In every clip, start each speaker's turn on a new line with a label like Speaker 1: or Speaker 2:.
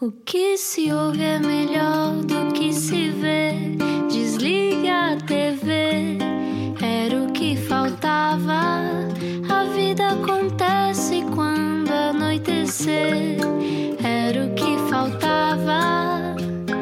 Speaker 1: O que se ouve é melhor do que se vê. Desliga a TV, era o que faltava. A vida acontece quando anoitecer. Era o que faltava.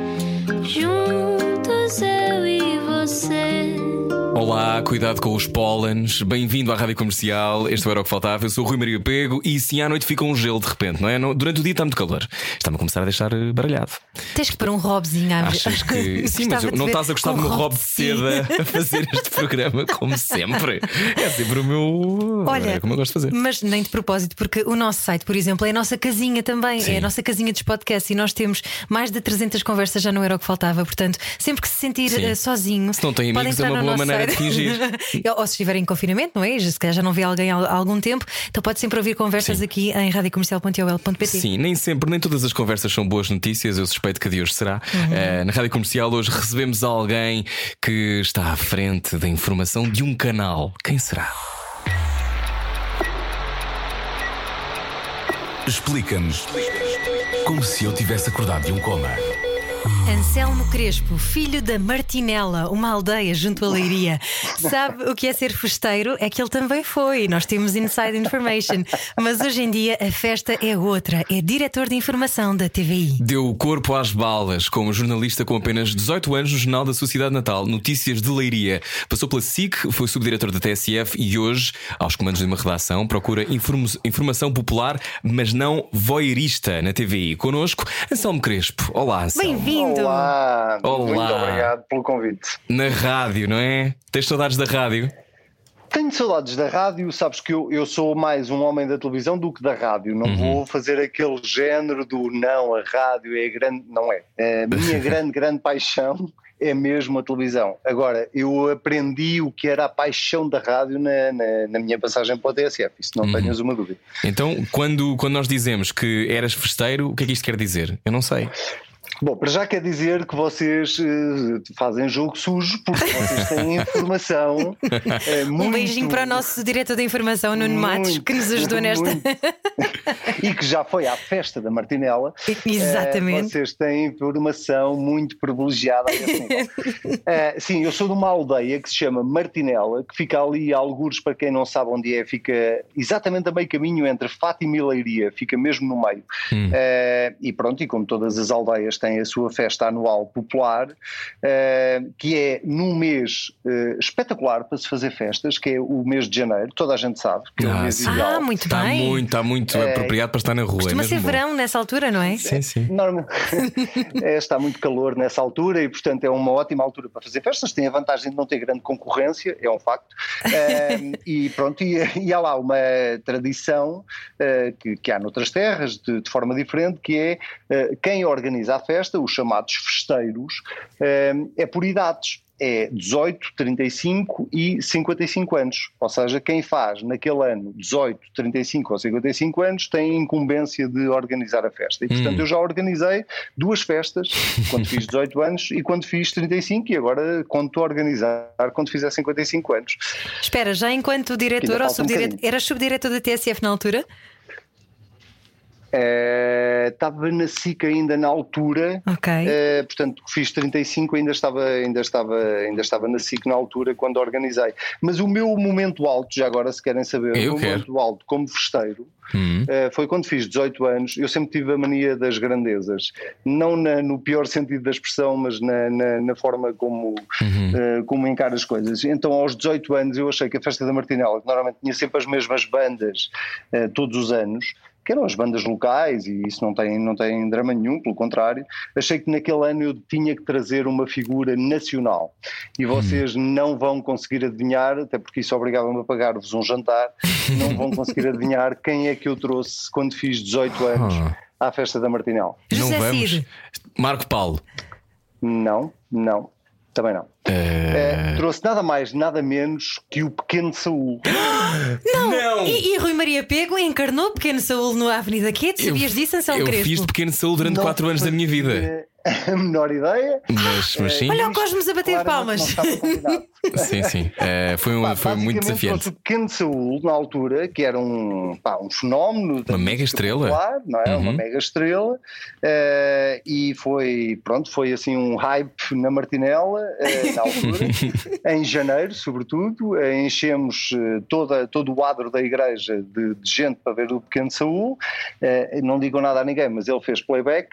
Speaker 1: Juntos eu e você.
Speaker 2: Olá, cuidado com os pólenes. Bem-vindo à Rádio Comercial. Este era o que faltava. Eu sou o Rui Maria Pego. E sim, à noite fica um gelo de repente, não é? Durante o dia está muito calor. Está-me a começar a deixar baralhado.
Speaker 3: Tens que pôr um robzinho à
Speaker 2: Achas que sim, mas não estás a gostar do meu robe de seda a fazer este programa como sempre. É sempre o meu.
Speaker 3: Olha,
Speaker 2: é como eu gosto de fazer.
Speaker 3: Mas nem de propósito, porque o nosso site, por exemplo, é a nossa casinha também. Sim. É a nossa casinha dos podcasts. E nós temos mais de 300 conversas, já não era o que faltava. Portanto, sempre que se sentir sozinho,
Speaker 2: se não tem amigos, é uma boa maneira de fingir.
Speaker 3: Ou se estiver em confinamento, não é? Se calhar já não vê alguém há algum tempo, então pode sempre ouvir conversas aqui em radiocomercial.ol.pt.
Speaker 2: Sim, nem todas as conversas são boas notícias. Eu suspeito que a de hoje será. Na Rádio Comercial hoje recebemos alguém que está à frente da informação de um canal. Quem será?
Speaker 4: Explica-nos como se eu tivesse acordado de um coma.
Speaker 3: Anselmo Crespo, filho da Martinela, uma aldeia junto a Leiria. Sabe o que é ser festeiro? É que ele também foi. Nós temos inside information. Mas hoje em dia a festa é outra. É diretor de informação da TVI.
Speaker 2: Deu corpo às balas como jornalista com apenas 18 anos no Jornal da Sociedade Natal, Notícias de Leiria. Passou pela SIC, foi subdiretor da TSF e hoje, aos comandos de uma redação, procura informação popular, mas não voyeurista na TVI. Connosco, Anselmo Crespo. Olá, Anselmo.
Speaker 3: Bem-vindo.
Speaker 5: Olá,
Speaker 2: Olá.
Speaker 5: Muito obrigado pelo convite.
Speaker 2: Na rádio, não é? Tens saudades da rádio?
Speaker 5: Tenho saudades da rádio, sabes que eu sou mais um homem da televisão do que da rádio. Não vou fazer aquele género do não, a rádio é grande, não é. A minha grande paixão é mesmo a televisão. Agora, eu aprendi o que era a paixão da rádio na minha passagem para o TSF, isso não tenhas uma dúvida.
Speaker 2: Então, quando nós dizemos que eras festeiro, o que é que isto quer dizer? Eu não sei.
Speaker 5: Bom, para já quer dizer que vocês fazem jogo sujo, porque vocês têm informação.
Speaker 3: Um beijinho para o nosso diretor de informação, Nuno Matos, que nos ajudou nesta.
Speaker 5: E que já foi à festa da Martinela.
Speaker 3: Exatamente.
Speaker 5: Vocês têm informação muito privilegiada. Sim, eu sou de uma aldeia que se chama Martinela, que fica ali, algures, para quem não sabe onde é, fica exatamente a meio caminho entre Fátima e Leiria, fica mesmo no meio. E pronto, e como todas as aldeias têm a sua festa anual popular, que é num mês espetacular para se fazer festas, que é o mês de janeiro, toda a gente sabe que é o mês ideal.
Speaker 3: Muito bem.
Speaker 2: Está muito apropriado para estar na rua.
Speaker 3: Costuma ser verão nessa altura, não é?
Speaker 2: Sim.
Speaker 5: Está muito calor nessa altura e portanto é uma ótima altura para fazer festas. Tem a vantagem de não ter grande concorrência, é um facto. E pronto, e há lá uma tradição que há noutras terras de forma diferente, que é quem organiza a festa, os chamados festeiros, é por idades. É 18, 35 e 55 anos. Ou seja, quem faz naquele ano 18, 35 ou 55 anos tem a incumbência de organizar a festa. E portanto eu já organizei 2 festas, quando fiz 18 anos e quando fiz 35, e agora conto a organizar quando fizer 55 anos.
Speaker 3: Espera, já enquanto diretor ou subdiretor, eras subdiretor da TSF na altura?
Speaker 5: Estava na SIC ainda na altura, portanto fiz 35, ainda estava na SIC na altura quando organizei. Mas o meu momento alto, já agora se querem saber, momento alto como festeiro foi quando fiz 18 anos. Eu sempre tive a mania das grandezas, não no pior sentido da expressão, mas na forma como encaro as coisas. Então aos 18 anos eu achei que a festa da Martinela, que normalmente tinha sempre as mesmas bandas todos os anos, que eram as bandas locais, e isso não tem drama nenhum, pelo contrário, achei que naquele ano eu tinha que trazer uma figura nacional, e vocês não vão conseguir adivinhar, até porque isso obrigava-me a pagar-vos um jantar, não vão conseguir adivinhar quem é que eu trouxe quando fiz 18 anos à festa da Martinela.
Speaker 2: Não vamos. Marco Paulo.
Speaker 5: Não, também não. Trouxe nada mais, nada menos que o Pequeno Saúl.
Speaker 3: Não. E Rui Maria Pego encarnou Pequeno Saúl no Avenida Quete. Sabias disso, Anselmo Crespo?
Speaker 2: Eu fiz de Pequeno Saúl durante 4 anos da minha vida.
Speaker 5: a menor ideia.
Speaker 2: Mas sim.
Speaker 3: Olha o Cosmos a bater palmas.
Speaker 2: Sim. Foi muito desafiante.
Speaker 5: O Pequeno Saúl, na altura, que era um fenómeno,
Speaker 2: uma mega estrela,
Speaker 5: popular, não é? Uma mega estrela, e foi assim um hype na Martinela, na altura, em janeiro, sobretudo. Enchemos todo o adro da igreja de gente para ver o Pequeno Saúl. Não digam nada a ninguém, mas ele fez playback.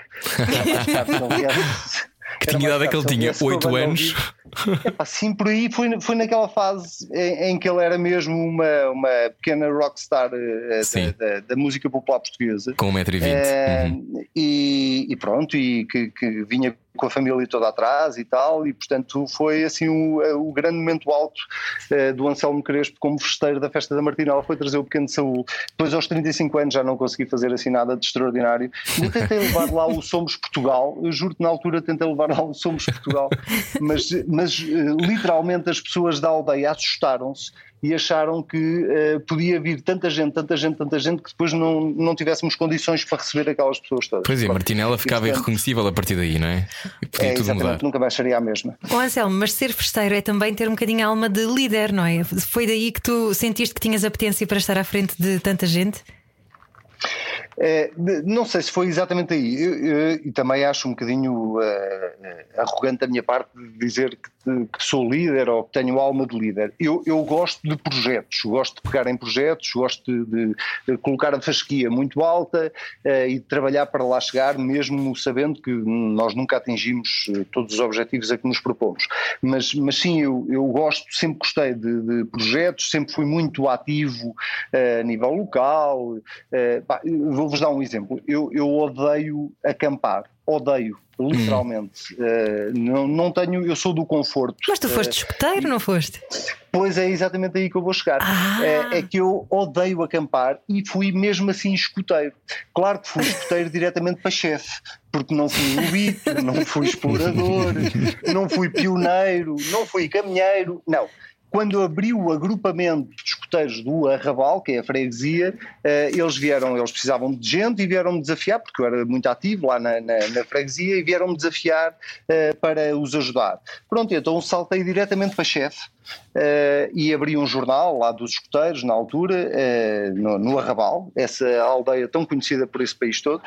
Speaker 2: Que tinha idade é que ele tinha? 8 anos?
Speaker 5: Sim, por aí foi naquela fase em que ele era mesmo uma pequena rockstar da música popular portuguesa.
Speaker 2: Com 1,20 m.
Speaker 5: E pronto, e que vinha com a família toda atrás e tal, e portanto foi assim o grande momento alto do Anselmo Crespo como festeiro da festa da Martinela, foi trazer o Pequeno Saúl. Depois aos 35 anos já não consegui fazer assim nada de extraordinário. Eu tentei levar lá o Somos Portugal, eu juro-te, na altura tentei levar lá o Somos Portugal, mas literalmente as pessoas da aldeia assustaram-se e acharam que podia vir tanta gente que depois não tivéssemos condições para receber aquelas pessoas todas.
Speaker 2: Pois é, Martinela ficava irreconhecível a partir daí, não é? E podia tudo mudar.
Speaker 5: Nunca mais seria a mesma.
Speaker 3: Anselmo, mas ser festeiro é também ter um bocadinho a alma de líder, não é? Foi daí que tu sentiste que tinhas apetência para estar à frente de tanta gente?
Speaker 5: Não sei se foi exatamente aí. E também acho um bocadinho arrogante da minha parte de dizer que sou líder ou que tenho alma de líder. Eu gosto de projetos, gosto de pegar em projetos, gosto de colocar a fasquia muito alta e de trabalhar para lá chegar, mesmo sabendo que nós nunca atingimos todos os objetivos a que nos propomos. Mas sim, eu gosto, sempre gostei de projetos, sempre fui muito ativo a nível local. Vou-vos dar um exemplo. Eu odeio acampar. Odeio, literalmente. Não tenho, eu sou do conforto.
Speaker 3: Mas tu foste escoteiro, não foste?
Speaker 5: Pois é, exatamente aí que eu vou chegar. É que eu odeio acampar e fui mesmo assim escoteiro. Claro que fui escoteiro diretamente para chefe, porque não fui lobito, não fui explorador, não fui pioneiro, não fui caminheiro, não. Quando abriu o agrupamento de escoteiros do Arrabal, que é a freguesia, eles precisavam de gente e vieram-me desafiar, porque eu era muito ativo lá na freguesia, e vieram-me desafiar para os ajudar. Pronto, então saltei diretamente para chefe e abri um jornal lá dos escoteiros, na altura, no Arrabal, essa aldeia tão conhecida por esse país todo.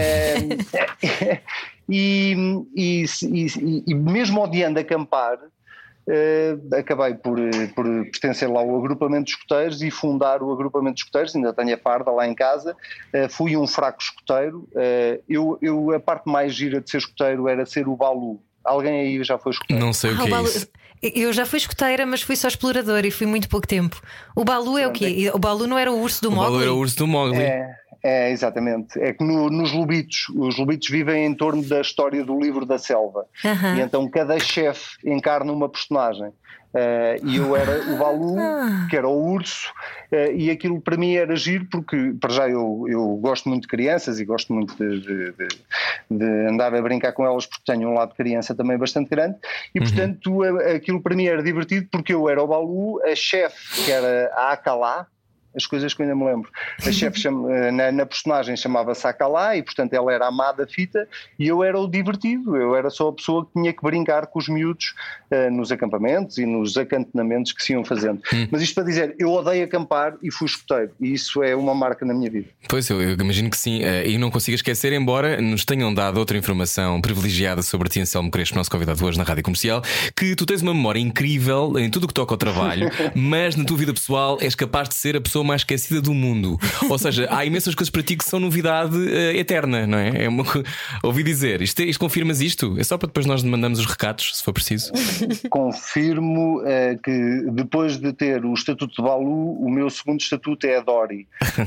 Speaker 5: E mesmo odiando acampar, acabei por pertencer lá ao agrupamento de escoteiros e fundar o agrupamento de escoteiros. Ainda tenho a farda lá em casa. Fui um fraco escoteiro. A parte mais gira de ser escoteiro era ser o Balu. Alguém aí já foi escoteiro?
Speaker 2: Não sei o que é isso.
Speaker 3: Eu já fui escoteira, mas fui só explorador e fui muito pouco tempo. O Balu é o quê? O Balu não era o urso do Mowgli?
Speaker 2: O Balu era o urso do Mowgli.
Speaker 5: Exatamente. É que nos lobitos, os lobitos vivem em torno da história do livro da selva. E então cada chefe encarna uma personagem. E eu era o Balu, que era o urso, e aquilo para mim era giro, porque para já eu gosto muito de crianças e gosto muito de andar a brincar com elas, porque tenho um lado de criança também bastante grande, e portanto aquilo para mim era divertido, porque eu era o Balu, a chefe, que era a Akalá, as coisas que eu ainda me lembro. A chefe na personagem chamava-se Akalá e portanto ela era a má da fita e eu era o divertido, eu era só a pessoa que tinha que brincar com os miúdos nos acampamentos e nos acantonamentos que se iam fazendo. Mas isto para dizer, eu odeio acampar e fui escoteiro e isso é uma marca na minha vida.
Speaker 2: Pois, eu imagino que sim, e não consigo esquecer, embora nos tenham dado outra informação privilegiada sobre ti, Anselmo Crespo, nosso convidado hoje na Rádio Comercial, que tu tens uma memória incrível em tudo o que toca ao trabalho, mas na tua vida pessoal és capaz de ser a pessoa mais esquecida do mundo. Ou seja, há imensas coisas para ti que são novidade eterna, não é? Ouvi dizer, isto confirmas isto? É só para depois nós mandamos os recados, se for preciso.
Speaker 5: Confirmo que depois de ter o estatuto de Balu, o meu segundo estatuto é a Dory.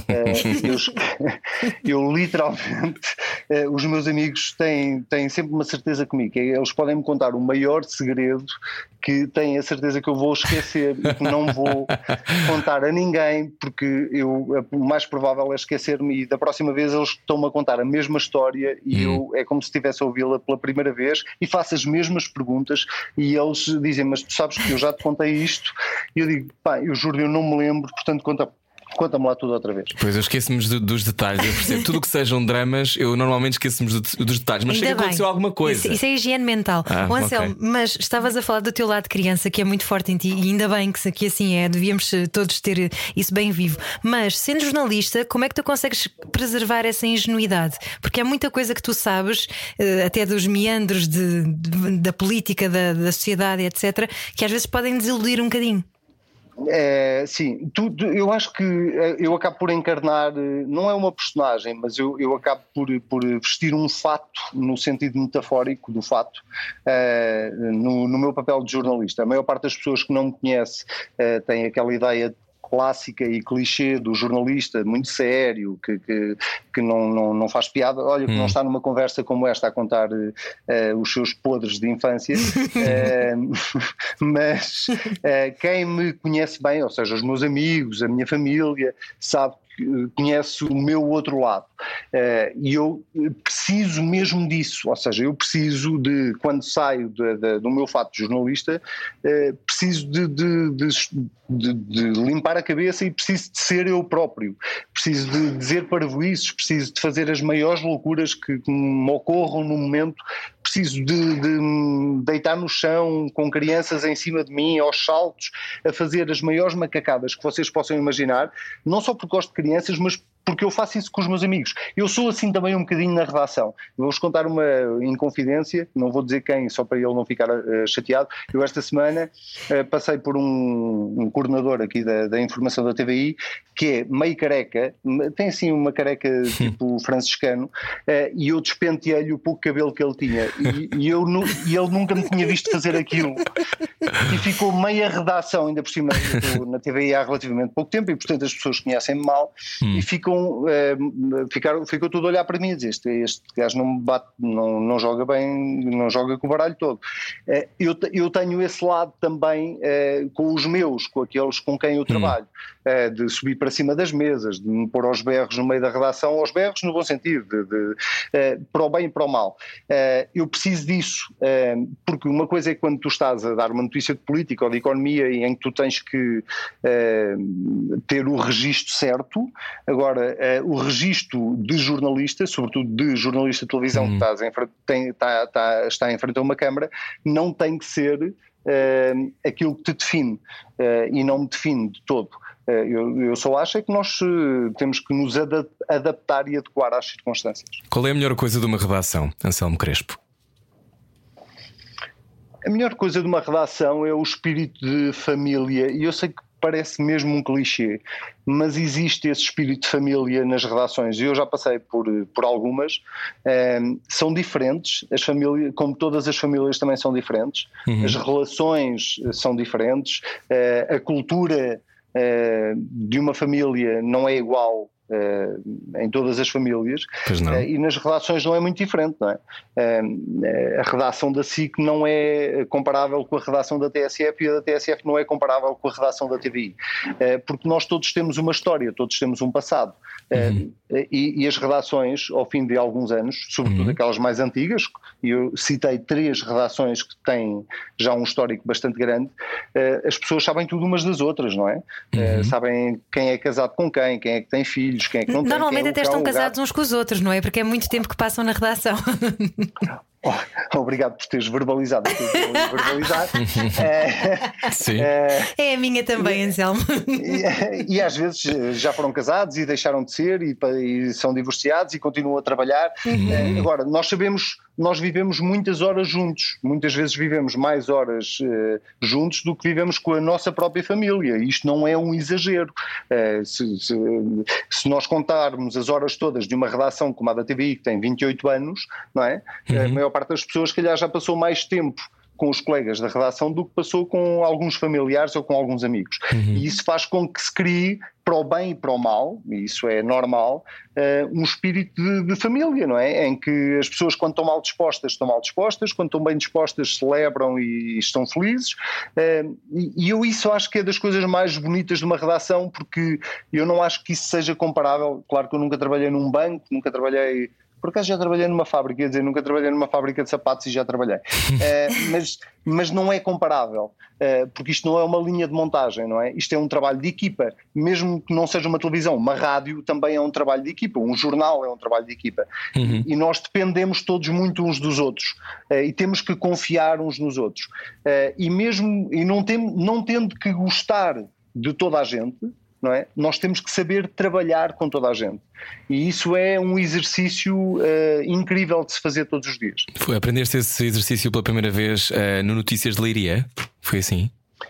Speaker 5: Eu literalmente, os meus amigos têm sempre uma certeza comigo, eles podem me contar o maior segredo que têm a certeza que eu vou esquecer e que não vou contar a ninguém, porque o mais provável é esquecer-me e da próxima vez eles estão-me a contar a mesma história e é como se estivesse a ouvi-la pela primeira vez e faço as mesmas perguntas e eles dizem, mas tu sabes que eu já te contei isto? E eu digo, eu juro, eu não me lembro, portanto Conta-me lá tudo outra vez.
Speaker 2: Pois eu esqueço-me dos detalhes. Eu percebo tudo o que sejam dramas, eu normalmente esqueço-me dos detalhes. Mas sei que aconteceu alguma coisa.
Speaker 3: Isso é higiene mental. Anselmo, okay. Mas estavas a falar do teu lado de criança, que é muito forte em ti, e ainda bem que assim é. Devíamos todos ter isso bem vivo. Mas sendo jornalista, como é que tu consegues preservar essa ingenuidade? Porque é muita coisa que tu sabes, até dos meandros da política, da sociedade, etc., que às vezes podem desiludir um bocadinho.
Speaker 5: Sim, eu acho que eu acabo por encarnar, não é uma personagem, mas eu acabo por vestir um fato, no sentido metafórico do fato, no meu papel de jornalista. A maior parte das pessoas que não me conhece tem aquela ideia clássica e clichê do jornalista muito sério, que não faz piada. Olha, que não está numa conversa como esta a contar os seus podres de infância. Mas quem me conhece bem, ou seja, os meus amigos, a minha família, sabe, conhece o meu outro lado, e eu preciso mesmo disso, ou seja, eu preciso de, quando saio do meu fato de jornalista, preciso de limpar a cabeça e preciso de ser eu próprio, preciso de dizer parvoíces, preciso de fazer as maiores loucuras que me ocorram no momento, preciso de deitar no chão com crianças em cima de mim aos saltos, a fazer as maiores macacadas que vocês possam imaginar, não só porque gosto de crianças, mas porque eu faço isso com os meus amigos. Eu sou assim também um bocadinho na redação. Eu vou-vos contar uma inconfidência, não vou dizer quem, só para ele não ficar chateado. Eu esta semana passei por um coordenador aqui da informação da TVI, que é meio careca, tem assim uma careca tipo franciscano, e eu despenteei-lhe o pouco cabelo que ele tinha. E ele nunca me tinha visto fazer aquilo. E ficou meia redação, ainda por cima, na TVI há relativamente pouco tempo, e portanto as pessoas conhecem-me mal, e ficou tudo a olhar para mim e dizer: este gajo não me bate, não joga bem, não joga com o baralho todo. Eu tenho esse lado também com os meus, com aqueles com quem eu trabalho, de subir para cima das mesas, de me pôr aos berros no meio da redação, aos berros no bom sentido, para o bem e para o mal. Eu preciso disso, porque uma coisa é quando tu estás a dar uma notícia de política ou de economia em que tu tens que ter o registro certo. Agora, o registro de jornalista, sobretudo de jornalista de televisão que está em frente a uma câmara, não tem que ser aquilo que te define, e não me define de todo. Eu só acho que nós temos que nos adaptar e adequar às circunstâncias.
Speaker 2: Qual é a melhor coisa de uma redação, Anselmo Crespo?
Speaker 5: A melhor coisa de uma redação é o espírito de família, e eu sei que parece mesmo um clichê, mas existe esse espírito de família nas redações, e eu já passei por algumas. São diferentes, as famílias, como todas as famílias também são diferentes, as relações são diferentes, a cultura de uma família não é igual em todas as famílias, e nas redações não é muito diferente, não é? A redação da SIC não é comparável com a redação da TSF, e a da TSF não é comparável com a redação da TVI, porque nós todos temos uma história, todos temos um passado, e as redações, ao fim de alguns anos, sobretudo aquelas mais antigas, e eu citei 3 redações que têm já um histórico bastante grande, as pessoas sabem tudo umas das outras, não é? Sabem quem é casado com quem é que tem filhos, quem é que não tem.
Speaker 3: Normalmente até estão casados uns com os outros, não é? Porque é muito tempo que passam na redação.
Speaker 5: Obrigado por teres verbalizado aquilo que eu vou verbalizar.
Speaker 2: Sim.
Speaker 3: É a minha também, Anselmo.
Speaker 5: E às vezes já foram casados e deixaram de ser, e são divorciados e continuam a trabalhar. Agora, nós vivemos muitas horas juntos, muitas vezes vivemos mais horas juntos do que vivemos com a nossa própria família. Isto não é um exagero. Se nós contarmos as horas todas de uma redação como a da TVI, que tem 28 anos, não é? A maior parte das pessoas, se calhar, já passou mais tempo com os colegas da redação do que passou com alguns familiares ou com alguns amigos. E isso faz com que se crie, para o bem e para o mal, e isso é normal, um espírito de família, não é? Em que as pessoas, quando estão mal dispostas, quando estão bem dispostas, celebram e estão felizes, e eu isso acho que é das coisas mais bonitas de uma redação, porque eu não acho que isso seja comparável. Claro que eu nunca trabalhei num banco, nunca trabalhei Por acaso já trabalhei numa fábrica, quer dizer, nunca trabalhei numa fábrica de sapatos e já trabalhei. Mas não é comparável, porque isto não é uma linha de montagem, não é? Isto é um trabalho de equipa, mesmo que não seja uma televisão, uma rádio também é um trabalho de equipa, um jornal é um trabalho de equipa. E nós dependemos todos muito uns dos outros, e temos que confiar uns nos outros. E não tendo que gostar de toda a gente, não é? Nós temos que saber trabalhar com toda a gente. E isso é um exercício incrível de se fazer todos os dias.
Speaker 2: Aprendeste esse exercício pela primeira vez no Notícias de Leiria? Foi assim?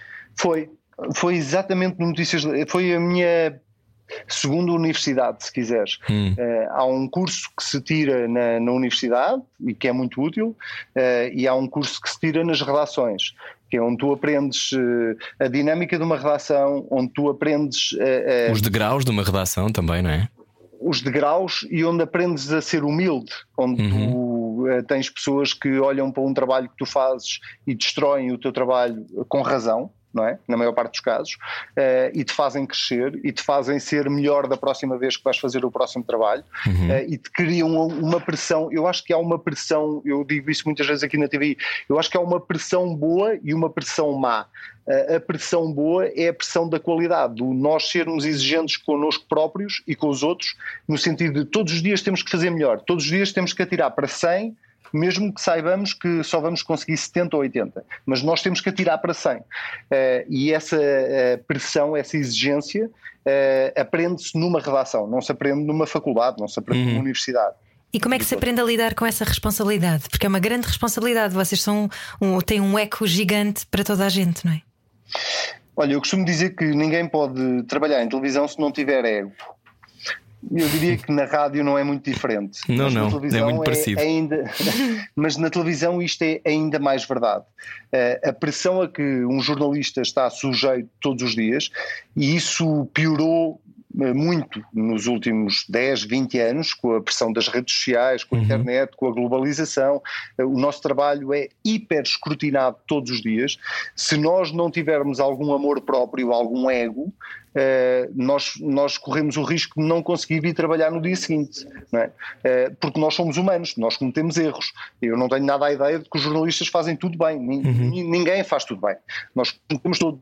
Speaker 5: Foi exatamente no Notícias de Leiria. Foi a minha segunda universidade, se quiseres. Há um curso que se tira na universidade e que é muito útil, e há um curso que se tira nas redações, que é onde tu aprendes a dinâmica de uma redação, onde tu aprendes
Speaker 2: os degraus de uma redação também, não é?
Speaker 5: Os degraus, e onde aprendes a ser humilde, onde tu tens pessoas que olham para um trabalho que tu fazes e destroem o teu trabalho com razão, não é? Na maior parte dos casos, e te fazem crescer e te fazem ser melhor da próxima vez que vais fazer o próximo trabalho, e te criam uma pressão. Eu acho que há uma pressão, eu digo isso muitas vezes aqui na TV, eu acho que há uma pressão boa e uma pressão má. A pressão boa é a pressão da qualidade, do nós sermos exigentes connosco próprios e com os outros, no sentido de todos os dias temos que fazer melhor, todos os dias temos que atirar para 100, mesmo que saibamos que só vamos conseguir 70 ou 80, mas nós temos que atirar para 100. E essa pressão, essa exigência, aprende-se numa redação, não se aprende numa faculdade, não se aprende numa universidade.
Speaker 3: E como é que se aprende a lidar com essa responsabilidade? Porque é uma grande responsabilidade, vocês têm um eco gigante para toda a gente, não é?
Speaker 5: Olha, eu costumo dizer que ninguém pode trabalhar em televisão se não tiver ego. Eu diria que na rádio não é muito diferente.
Speaker 2: Não, é muito parecido.
Speaker 5: Mas na televisão isto é ainda mais verdade. A pressão a que um jornalista está sujeito todos os dias, e isso piorou muito nos últimos 10, 20 anos, com a pressão das redes sociais, com a internet, com a globalização. O nosso trabalho é hiper escrutinado todos os dias. Se nós não tivermos algum amor próprio, algum ego, nós corremos o risco de não conseguir vir trabalhar no dia seguinte, não é? Porque nós somos humanos, nós cometemos erros. Eu não tenho nada a ideia de que os jornalistas fazem tudo bem. Ninguém faz tudo bem. Nós cometemos tudo.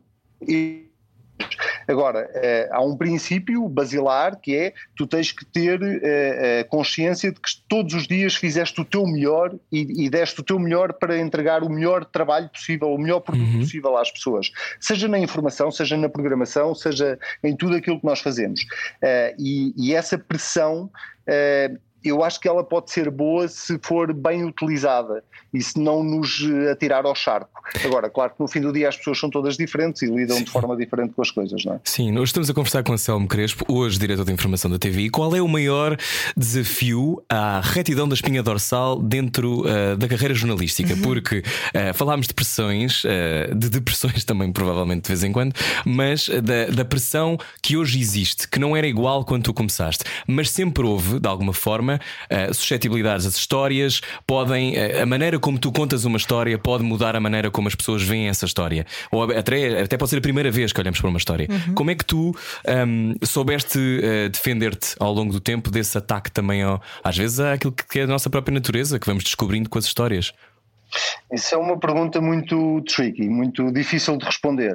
Speaker 5: Agora, há um princípio basilar que é: tu tens que ter consciência de que todos os dias fizeste o teu melhor e deste o teu melhor para entregar o melhor trabalho possível, o melhor produto possível às pessoas, seja na informação, seja na programação, seja em tudo aquilo que nós fazemos. E essa pressão, eu acho que ela pode ser boa se for bem utilizada e se não nos atirar ao charco. Agora, claro que no fim do dia as pessoas são todas diferentes e lidam de forma diferente com as coisas, não é?
Speaker 2: Sim, nós estamos a conversar com Anselmo Crespo, hoje diretor de informação da TVI. Qual é o maior desafio à retidão da espinha dorsal dentro da carreira jornalística? Porque falámos de pressões, de depressões também provavelmente de vez em quando, mas da pressão que hoje existe, que não era igual quando tu começaste, mas sempre houve, de alguma forma, suscetibilidades. As histórias podem, a maneira como tu contas uma história pode mudar a maneira como as pessoas veem essa história, ou até pode ser a primeira vez que olhamos para uma história. Como é que tu soubeste defender-te ao longo do tempo desse ataque também às vezes àquilo que é a nossa própria natureza, que vamos descobrindo com as histórias?
Speaker 5: Isso é uma pergunta muito tricky, muito difícil de responder.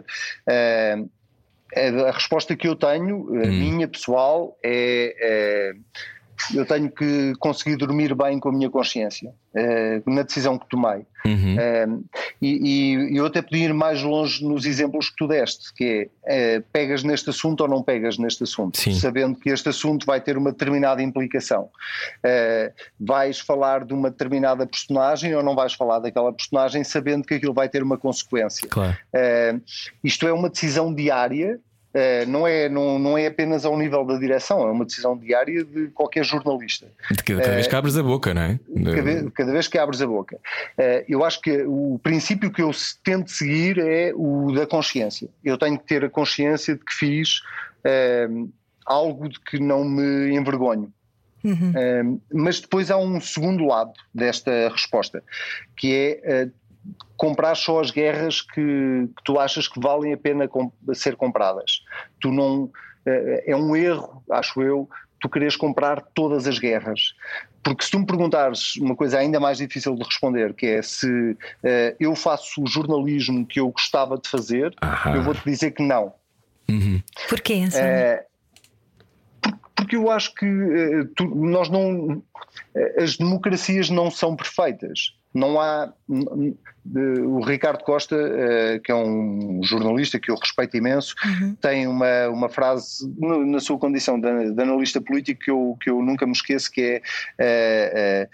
Speaker 5: A resposta que eu tenho, a minha pessoal, eu tenho que conseguir dormir bem com a minha consciência na decisão que tomei. E eu até podia ir mais longe nos exemplos que tu deste, que é pegas neste assunto ou não pegas neste assunto. Sim. Sabendo que este assunto vai ter uma determinada implicação. Vais falar de uma determinada personagem ou não vais falar daquela personagem, sabendo que aquilo vai ter uma consequência.
Speaker 2: Claro.
Speaker 5: Isto é uma decisão diária. Não é apenas ao nível da direção, é uma decisão diária de qualquer jornalista.
Speaker 2: De cada vez que abres a boca, não é?
Speaker 5: Cada vez que abres a boca. Eu acho que o princípio que eu tento seguir é o da consciência. Eu tenho que ter a consciência de que fiz algo de que não me envergonho. Mas depois há um segundo lado desta resposta, que é comprar só as guerras que tu achas que valem a pena ser compradas. Tu não, é um erro, acho eu, tu queres comprar todas as guerras. Porque se tu me perguntares uma coisa ainda mais difícil de responder, que é se eu faço o jornalismo que eu gostava de fazer, eu vou-te dizer que não.
Speaker 3: Porquê?
Speaker 5: Porque eu acho que as democracias não são perfeitas. Não há. O Ricardo Costa, que é um jornalista que eu respeito imenso, tem uma frase na sua condição de analista político que eu nunca me esqueço, que é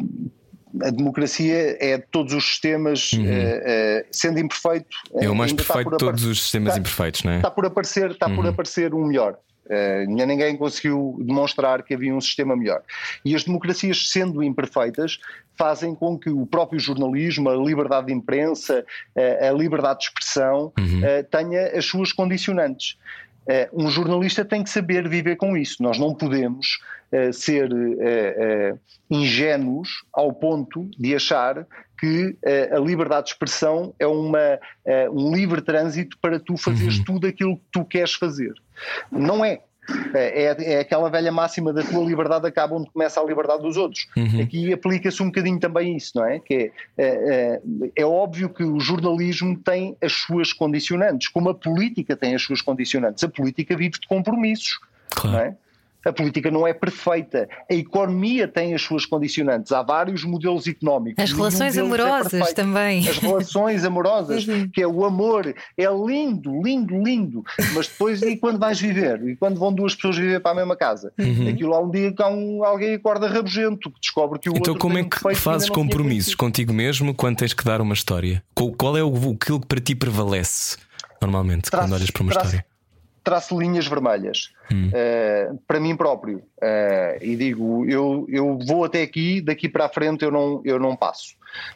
Speaker 5: a democracia é de todos os sistemas, sendo imperfeito.
Speaker 2: É o mais perfeito de todos os sistemas imperfeitos, não é?
Speaker 5: Está por aparecer um melhor. Ninguém conseguiu demonstrar que havia um sistema melhor. E as democracias, sendo imperfeitas, fazem com que o próprio jornalismo, a liberdade de imprensa, a liberdade de expressão tenha as suas condicionantes. Um jornalista tem que saber viver com isso. Nós não podemos ser ingênuos ao ponto de achar que a liberdade de expressão é um livre trânsito para tu fazeres tudo aquilo que tu queres fazer. Não é. É aquela velha máxima da tua liberdade acaba onde começa a liberdade dos outros. Aqui aplica-se um bocadinho também isso, não é? Que é óbvio que o jornalismo tem as suas condicionantes, como a política tem as suas condicionantes. A política vive de compromissos,
Speaker 2: claro.
Speaker 5: Não é? A política não é perfeita. A economia tem as suas condicionantes. Há vários modelos económicos.
Speaker 3: As relações amorosas também.
Speaker 5: As relações amorosas, que é o amor. É lindo, lindo, lindo. Mas depois, e quando vais viver? E quando vão duas pessoas viver para a mesma casa? Aquilo há um dia que alguém acorda rabugento, que descobre que o outro.
Speaker 2: Então como é que fazes compromissos contigo mesmo quando tens que dar uma história? Qual é aquilo que para ti prevalece normalmente quando olhas para uma história?
Speaker 5: Traço linhas vermelhas para mim próprio e digo, eu vou até aqui, daqui para a frente eu não passo.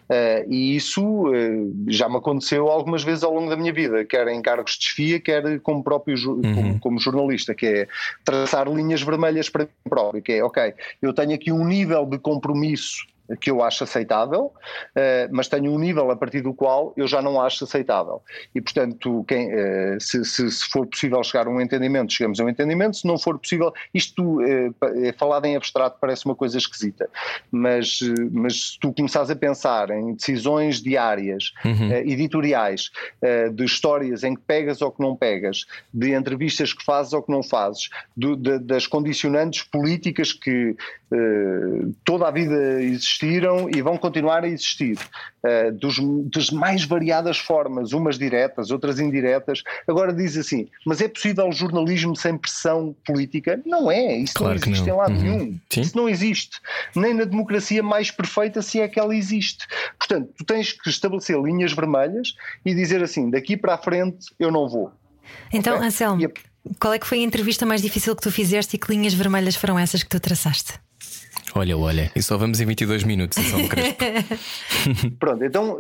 Speaker 5: E isso já me aconteceu algumas vezes ao longo da minha vida, quer em cargos de chefia, quer como próprio como jornalista, que é traçar linhas vermelhas para mim próprio, que é, ok, eu tenho aqui um nível de compromisso que eu acho aceitável, mas tenho um nível a partir do qual eu já não acho aceitável. E, portanto, se for possível chegar a um entendimento, chegamos a um entendimento. Se não for possível, isto falado em abstrato parece uma coisa esquisita, mas se tu começares a pensar em decisões diárias, editoriais, de histórias em que pegas ou que não pegas, de entrevistas que fazes ou que não fazes, das condicionantes políticas que toda a vida existiram e vão continuar a existir, das mais variadas formas, umas diretas, outras indiretas. Agora diz assim, mas é possível jornalismo sem pressão política? Não é, isso claro não existe em lado nenhum. Sim. Isso não existe, nem na democracia mais perfeita, se é que ela existe. Portanto, tu tens que estabelecer linhas vermelhas e dizer assim, daqui para a frente eu não vou.
Speaker 3: Então, okay? Anselmo, qual é que foi a entrevista mais difícil que tu fizeste e que linhas vermelhas foram essas que tu traçaste?
Speaker 2: Olha, e só vamos em 22 minutos.
Speaker 5: Pronto, então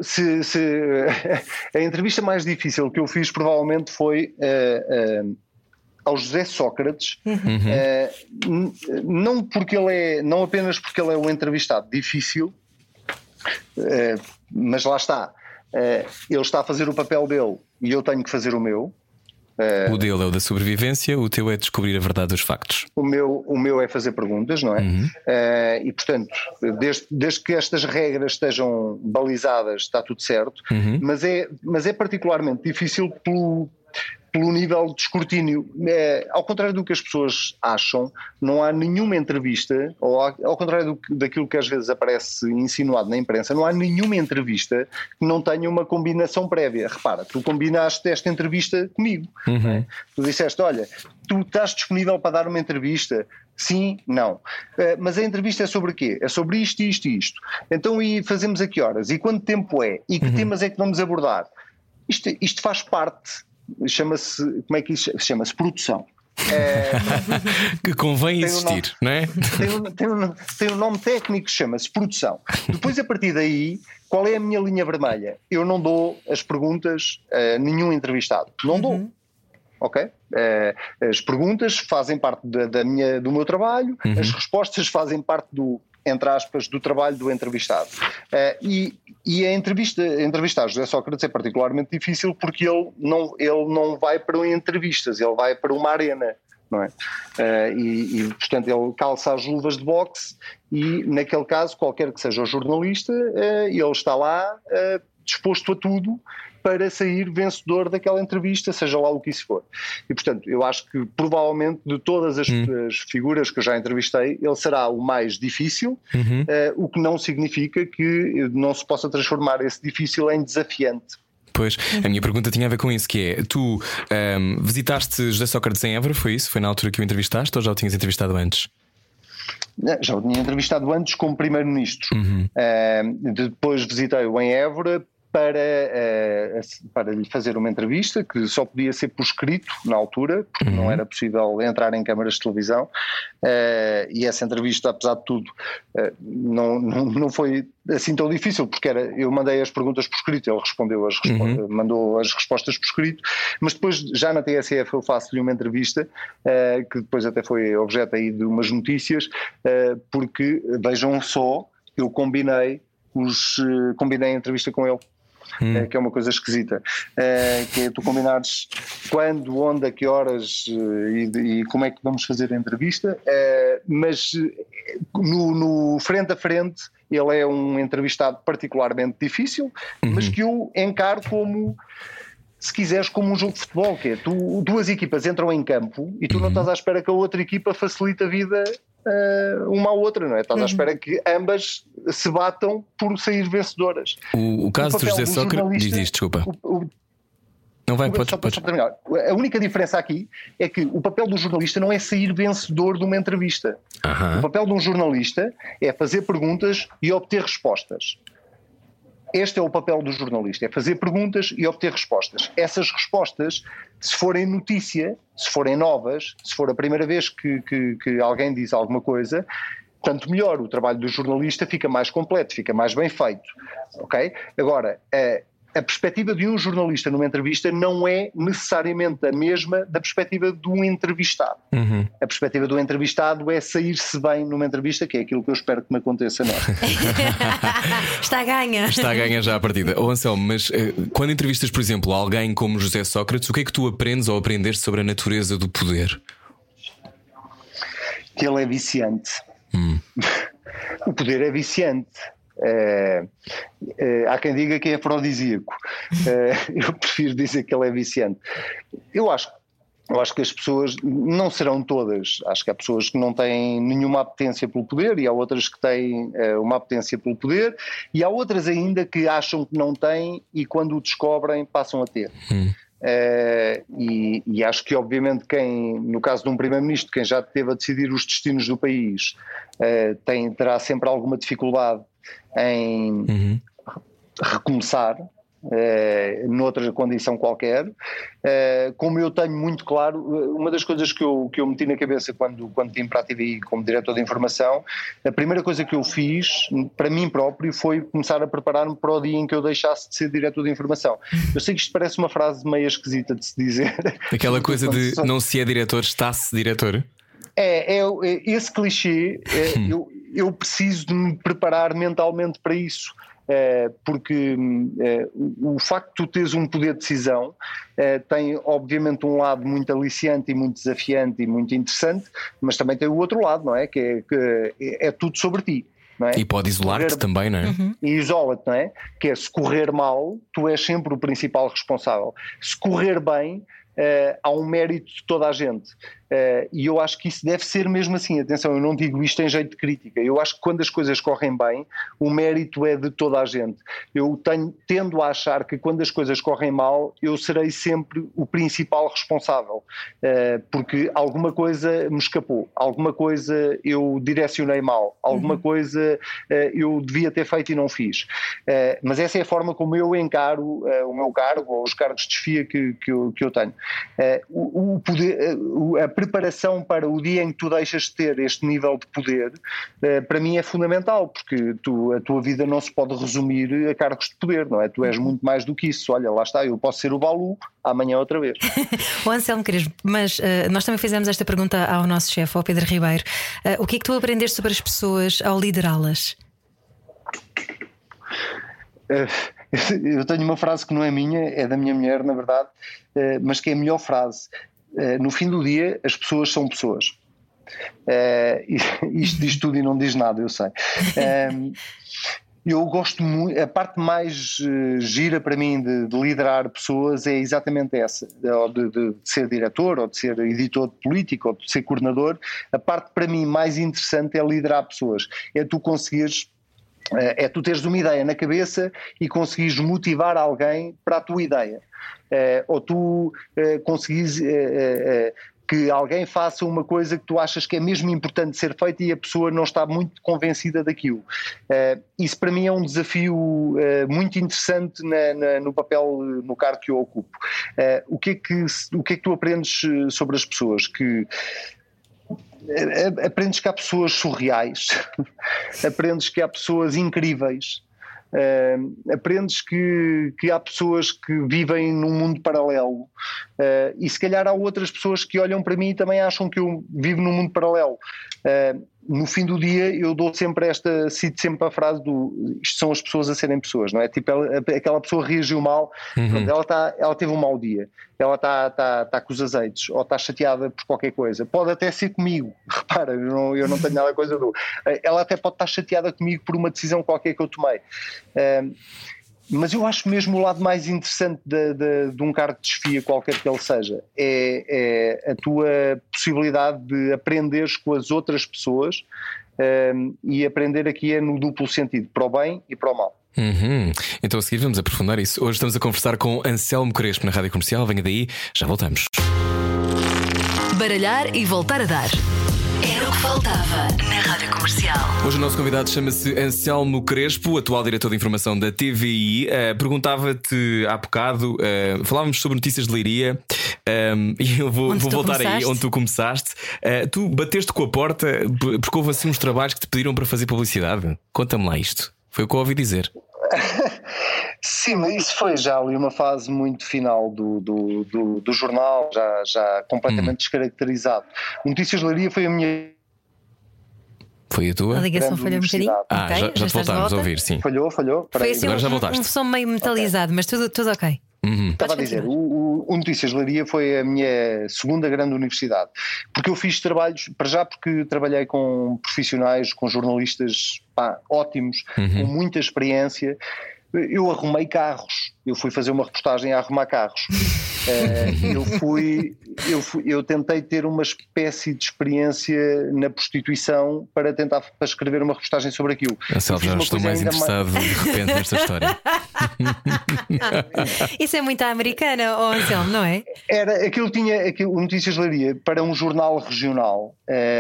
Speaker 5: a entrevista mais difícil que eu fiz provavelmente foi ao José Sócrates, não apenas porque ele é um entrevistado difícil, mas lá está, ele está a fazer o papel dele e eu tenho que fazer o meu.
Speaker 2: O dele é o da sobrevivência, o teu é descobrir a verdade dos factos.
Speaker 5: O meu é fazer perguntas, não é? E portanto, desde que estas regras estejam balizadas, está tudo certo, mas é particularmente difícil pelo nível de escrutínio. Ao contrário do que as pessoas acham, não há nenhuma entrevista, ou ao contrário daquilo que às vezes aparece insinuado na imprensa, não há nenhuma entrevista que não tenha uma combinação prévia. Repara, tu combinaste esta entrevista comigo. Né? Tu disseste, olha, tu estás disponível para dar uma entrevista? Sim, não. Mas a entrevista é sobre quê? É sobre isto, isto e isto. Então, e fazemos a que horas? E quanto tempo é? E que temas é que vamos abordar? Isto faz parte... Chama-se, como é que isso chama-se? Produção.
Speaker 2: Que convém existir, não é?
Speaker 5: Tem um nome técnico que chama-se produção. Depois, a partir daí, qual é a minha linha vermelha? Eu não dou as perguntas a nenhum entrevistado. Não dou. Ok? As perguntas fazem parte do meu trabalho, as respostas fazem parte entre aspas, do trabalho do entrevistado. E a entrevistar José Sócrates é particularmente difícil porque ele não vai para entrevistas, ele vai para uma arena, não é? Portanto, ele calça as luvas de boxe e, naquele caso, qualquer que seja o jornalista, ele está lá disposto a tudo para sair vencedor daquela entrevista, seja lá o que isso for. E, portanto, eu acho que provavelmente de todas as figuras que eu já entrevistei, ele será o mais difícil, o que não significa que não se possa transformar esse difícil em desafiante.
Speaker 2: Pois, a minha pergunta tinha a ver com isso, que é: tu visitaste José Sócrates em Évora, foi isso? Foi na altura que o entrevistaste ou já o tinhas entrevistado antes?
Speaker 5: Já o tinha entrevistado antes como primeiro-ministro. Depois visitei-o em Évora para lhe fazer uma entrevista que só podia ser por escrito na altura, porque não era possível entrar em câmaras de televisão, e essa entrevista, apesar de tudo, não foi assim tão difícil, porque eu mandei as perguntas por escrito, ele respondeu mandou as respostas por escrito, mas depois já na TSF eu faço-lhe uma entrevista, que depois até foi objeto aí de umas notícias, porque vejam só, eu combinei a entrevista com ele. Que é uma coisa esquisita, que é tu combinares quando, onde, a que horas e como é que vamos fazer a entrevista, mas no frente a frente ele é um entrevistado particularmente difícil, mas que eu encaro como, se quiseres, como um jogo de futebol, que é duas equipas entram em campo e tu não estás à espera que a outra equipa facilite a vida uma à outra, não é? Estás à espera que ambas se batam por sair vencedoras.
Speaker 2: O caso de José Sócrates diz, desculpa. Não vai, podes
Speaker 5: terminar. A única diferença aqui é que o papel do jornalista não é sair vencedor de uma entrevista. O papel de um jornalista é fazer perguntas e obter respostas. Este é o papel do jornalista, é fazer perguntas e obter respostas. Essas respostas, se forem notícia, se forem novas, se for a primeira vez que alguém diz alguma coisa, tanto melhor. O trabalho do jornalista fica mais completo, fica mais bem feito. Okay? Agora, a perspectiva de um jornalista numa entrevista não é necessariamente a mesma da perspectiva de um entrevistado. A perspectiva do entrevistado é sair-se bem numa entrevista, que é aquilo que eu espero que me aconteça nós.
Speaker 3: Está a ganha.
Speaker 2: Está a ganha já a partida. Anselmo, mas quando entrevistas, por exemplo, alguém como José Sócrates, o que é que tu aprendes ou aprendeste sobre a natureza do poder?
Speaker 5: Que ele é viciante. O poder é viciante. Há quem diga que é afrodisíaco. Eu prefiro dizer que ele é viciante. Eu acho que as pessoas não serão todas. Acho que há pessoas que não têm nenhuma apetência pelo poder e há outras que têm uma apetência pelo poder e há outras ainda que acham que não têm e quando o descobrem passam a ter. E acho que obviamente no caso de um primeiro-ministro, quem já teve a decidir os destinos do país, terá sempre alguma dificuldade em recomeçar noutra condição qualquer. Como eu tenho muito claro, uma das coisas que eu meti na cabeça quando vim para a TVI como diretor de informação, a primeira coisa que eu fiz para mim próprio foi começar a preparar-me para o dia em que eu deixasse de ser diretor de informação. Eu sei que isto parece uma frase meio esquisita de se dizer.
Speaker 2: Aquela coisa de não se é diretor, está-se diretor.
Speaker 5: Esse clichê, eu preciso de me preparar mentalmente para isso. Porque o facto de tu teres um poder de decisão tem obviamente um lado muito aliciante e muito desafiante e muito interessante, mas também tem o outro lado, não é? Que é tudo sobre ti. Não é?
Speaker 2: E pode isolar-te também, não é?
Speaker 5: E isola-te, não é? Que é, se correr mal, tu és sempre o principal responsável. Se correr bem, há um mérito de toda a gente. E eu acho que isso deve ser mesmo assim. Atenção, eu não digo isto em jeito de crítica. Eu acho que quando as coisas correm bem, o mérito é de toda a gente. Eu tendo a achar que quando as coisas correm mal, eu serei sempre o principal responsável, porque alguma coisa me escapou, alguma coisa eu direcionei mal, alguma coisa eu devia ter feito e não fiz. Mas essa é a forma como eu encaro o meu cargo ou os cargos de chefia que eu tenho. O poder, a preparação para o dia em que tu deixas de ter este nível de poder, para mim é fundamental, porque a tua vida não se pode resumir a cargos de poder, não é? Tu és muito mais do que isso. Olha, lá está, eu posso ser o Balu amanhã outra vez.
Speaker 3: O Anselmo Crespo, mas nós também fizemos esta pergunta ao nosso chefe, ao Pedro Ribeiro. O que é que tu aprendeste sobre as pessoas ao liderá-las?
Speaker 5: Eu tenho uma frase que não é minha, é da minha mulher, na verdade, mas que é a melhor frase. no fim do dia as pessoas são pessoas. Isto diz tudo e não diz nada, eu sei. Eu gosto muito, a parte mais gira para mim de liderar pessoas é exatamente essa, de ser diretor, ou de ser editor de política, ou de ser coordenador. A parte para mim mais interessante é liderar pessoas, é tu conseguires, é tu teres uma ideia na cabeça e conseguires motivar alguém para a tua ideia, ou tu conseguires que alguém faça uma coisa que tu achas que é mesmo importante ser feita e a pessoa não está muito convencida daquilo. Isso para mim é um desafio muito interessante no papel, no cargo que eu ocupo. O que é que tu aprendes sobre as pessoas? Aprendes que há pessoas surreais, aprendes que há pessoas incríveis, aprendes que há pessoas que vivem num mundo paralelo, e se calhar há outras pessoas que olham para mim e também acham que eu vivo num mundo paralelo. No fim do dia eu cito sempre a frase isto são as pessoas a serem pessoas, não é? Tipo, aquela pessoa reagiu mal, ela teve um mau dia, ela está com os azeites, ou está chateada por qualquer coisa, pode até ser comigo, repara, eu não tenho nada coisa do... Ela até pode estar chateada comigo por uma decisão qualquer que eu tomei. Mas eu acho mesmo o lado mais interessante de um cargo de chefia, qualquer que ele seja, é a tua possibilidade de aprenderes com as outras pessoas, e aprender aqui é no duplo sentido, para o bem e para o mal.
Speaker 2: Então a seguir vamos aprofundar isso. Hoje estamos a conversar com Anselmo Crespo na Rádio Comercial. Venha daí, já voltamos.
Speaker 6: Baralhar e voltar a dar. Era o que faltava na Rádio Comercial.
Speaker 2: Hoje o nosso convidado chama-se Anselmo Crespo, atual diretor de informação da TVI. Perguntava-te há bocado, falávamos sobre notícias de Leiria, e eu vou voltar aí onde tu começaste. Tu bateste com a porta porque houve assim uns trabalhos que te pediram para fazer publicidade. Conta-me lá isto. Foi o que eu ouvi dizer.
Speaker 5: Sim, mas isso foi já ali uma fase muito final do jornal, já completamente descaracterizado. Notícias de Leiria foi a minha...
Speaker 2: Foi a tua?
Speaker 3: A ligação falhou um bocadinho.
Speaker 2: Okay, já te voltámos a ouvir, sim.
Speaker 5: Falhou.
Speaker 3: Foi assim
Speaker 2: agora já voltaste.
Speaker 3: Um som meio metalizado, mas tudo ok.
Speaker 5: Estava a dizer, o Notícias de Leiria foi a minha segunda grande universidade, porque eu fiz trabalhos, para já porque trabalhei com profissionais, com jornalistas ótimos, com muita experiência. Eu arrumei carros, eu fui fazer uma reportagem a arrumar carros. Eu tentei ter uma espécie de experiência na prostituição para escrever uma reportagem sobre aquilo.
Speaker 2: Anselmo, já estou mais interessado de repente nesta história.
Speaker 3: Isso é muito americana, Anselmo, não é?
Speaker 5: O Notícias de Leiria, para um jornal regional,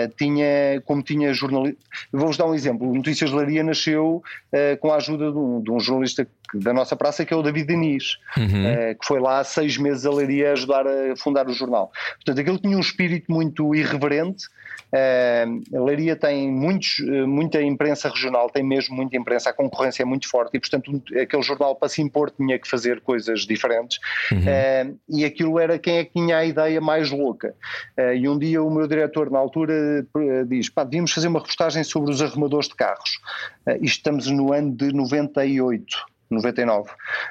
Speaker 5: tinha jornalista. Vou-vos dar um exemplo. O Notícias de Leiria nasceu com a ajuda de um jornalista da nossa praça, que é o David Diniz, que foi lá há 6 meses a Leiria ajudar a fundar o jornal. Portanto, aquele tinha um espírito muito irreverente. A Leiria tem muita imprensa regional, tem mesmo muita imprensa, a concorrência é muito forte e, portanto, aquele jornal, para se impor, tinha que fazer coisas diferentes. E aquilo era quem é que tinha a ideia mais louca. E um dia o meu diretor, na altura, diz: devíamos fazer uma reportagem sobre os arrumadores de carros. Isto estamos no ano de 99.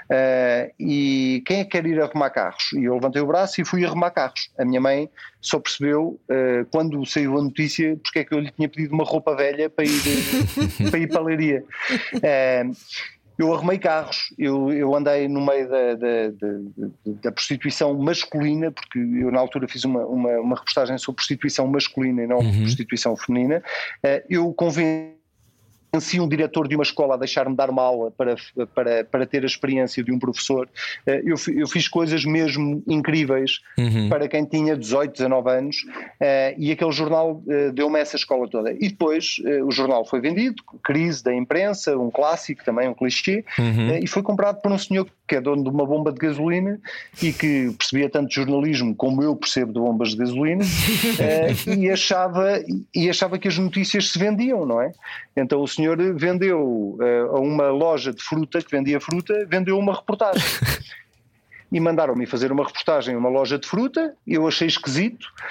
Speaker 5: E quem é que quer ir arrumar carros? E eu levantei o braço e fui arrumar carros. A minha mãe só percebeu quando saiu a notícia porque é que eu lhe tinha pedido uma roupa velha para ir para a Leiria. Eu arrumei carros, eu andei no meio da prostituição masculina, porque eu na altura fiz uma reportagem sobre prostituição masculina e não prostituição feminina. Eu convenci um diretor de uma escola a deixar-me dar uma aula para ter a experiência de um professor. Eu fiz coisas mesmo incríveis para quem tinha 18, 19 anos, e aquele jornal deu-me essa escola toda. E depois o jornal foi vendido, crise da imprensa, um clássico também, um clichê, e foi comprado por um senhor que é dono de uma bomba de gasolina e que percebia tanto de jornalismo como eu percebo de bombas de gasolina, e achava que as notícias se vendiam, não é? Então o senhor vendeu a uma loja de fruta que vendia fruta, vendeu uma reportagem. E mandaram-me fazer uma reportagem em uma loja de fruta, eu achei esquisito,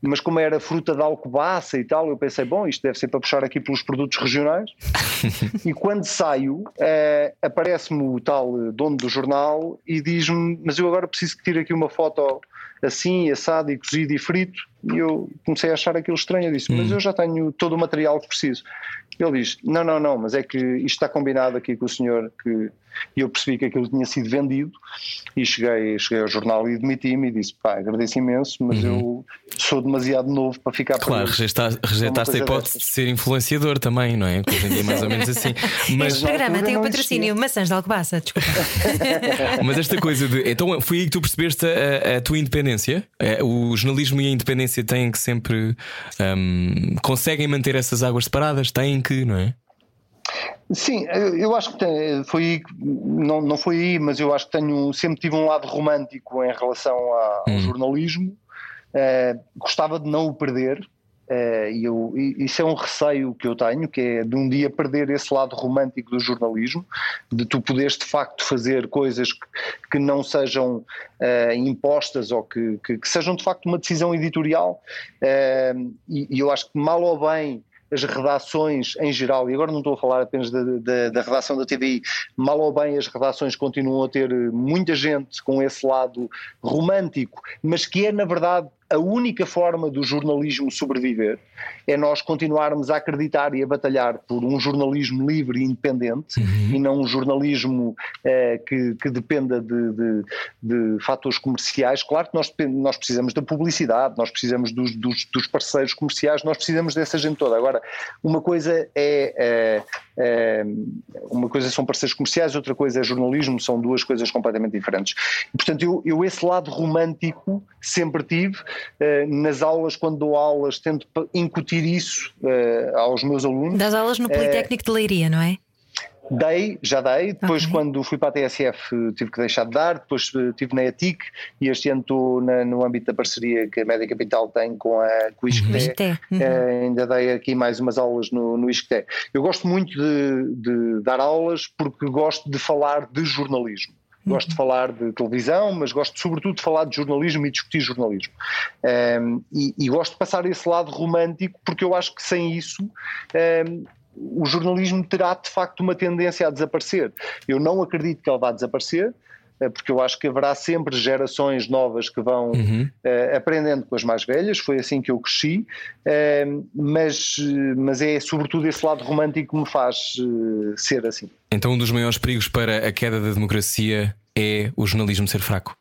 Speaker 5: mas como era fruta de Alcobaça e tal, eu pensei, bom, isto deve ser para puxar aqui pelos produtos regionais. E quando saio, aparece-me o tal dono do jornal e diz-me, mas eu agora preciso que tire aqui uma foto assim, assado e cozido e frito. E eu comecei a achar aquilo estranho. Eu disse, mas eu já tenho todo o material que preciso. Ele diz, não, mas é que isto está combinado aqui com o senhor, e eu percebi que aquilo tinha sido vendido e cheguei ao jornal e demiti-me e disse, agradeço imenso, mas eu sou demasiado novo para ficar por
Speaker 2: claro, rejeitaste a hipótese de ser influenciador também, não é? Que hoje em dia é mais ou menos assim. Mas
Speaker 3: este programa tem o patrocínio maçãs de Alcobaça, desculpa.
Speaker 2: Mas esta coisa de, então foi aí que tu percebeste a tua independência? O jornalismo e a independência têm que sempre conseguem manter essas águas separadas, têm que, não é?
Speaker 5: Sim, eu acho que não foi aí, mas eu acho que sempre tive um lado romântico em relação ao jornalismo. Gostava de não o perder, isso é um receio que eu tenho, que é de um dia perder esse lado romântico do jornalismo, de tu poderes de facto fazer coisas que não sejam impostas ou que sejam de facto uma decisão editorial, e eu acho que mal ou bem as redações em geral, e agora não estou a falar apenas da redação da TVI, mal ou bem as redações continuam a ter muita gente com esse lado romântico, mas que é na verdade a única forma do jornalismo sobreviver, é nós continuarmos a acreditar e a batalhar por um jornalismo livre e independente, e não um jornalismo que dependa de fatores comerciais. Claro que nós precisamos da publicidade, nós precisamos dos parceiros comerciais, nós precisamos dessa gente toda. Agora, uma coisa uma coisa são parceiros comerciais, outra coisa é jornalismo, são duas coisas completamente diferentes. E, portanto, eu esse lado romântico sempre tive. Nas aulas, quando dou aulas, tento incutir isso aos meus alunos. Das aulas no
Speaker 3: Politécnico de Leiria, não é?
Speaker 5: Já dei, depois quando fui para a TSF tive que deixar de dar, depois estive na ETIC e este ano estou no âmbito da parceria que a Média Capital tem com o ISCTE. Ainda dei aqui mais umas aulas no ISCTE. Eu gosto muito de dar aulas porque gosto de falar de jornalismo. Gosto de falar de televisão, mas gosto sobretudo de falar de jornalismo e discutir jornalismo. E gosto de passar esse lado romântico, porque eu acho que sem isso o jornalismo terá de facto uma tendência a desaparecer. Eu não acredito que ele vá desaparecer, porque eu acho que haverá sempre gerações novas que vão aprendendo com as mais velhas, foi assim que eu cresci, mas é sobretudo esse lado romântico que me faz ser assim.
Speaker 2: Então um dos maiores perigos para a queda da democracia é o jornalismo ser fraco?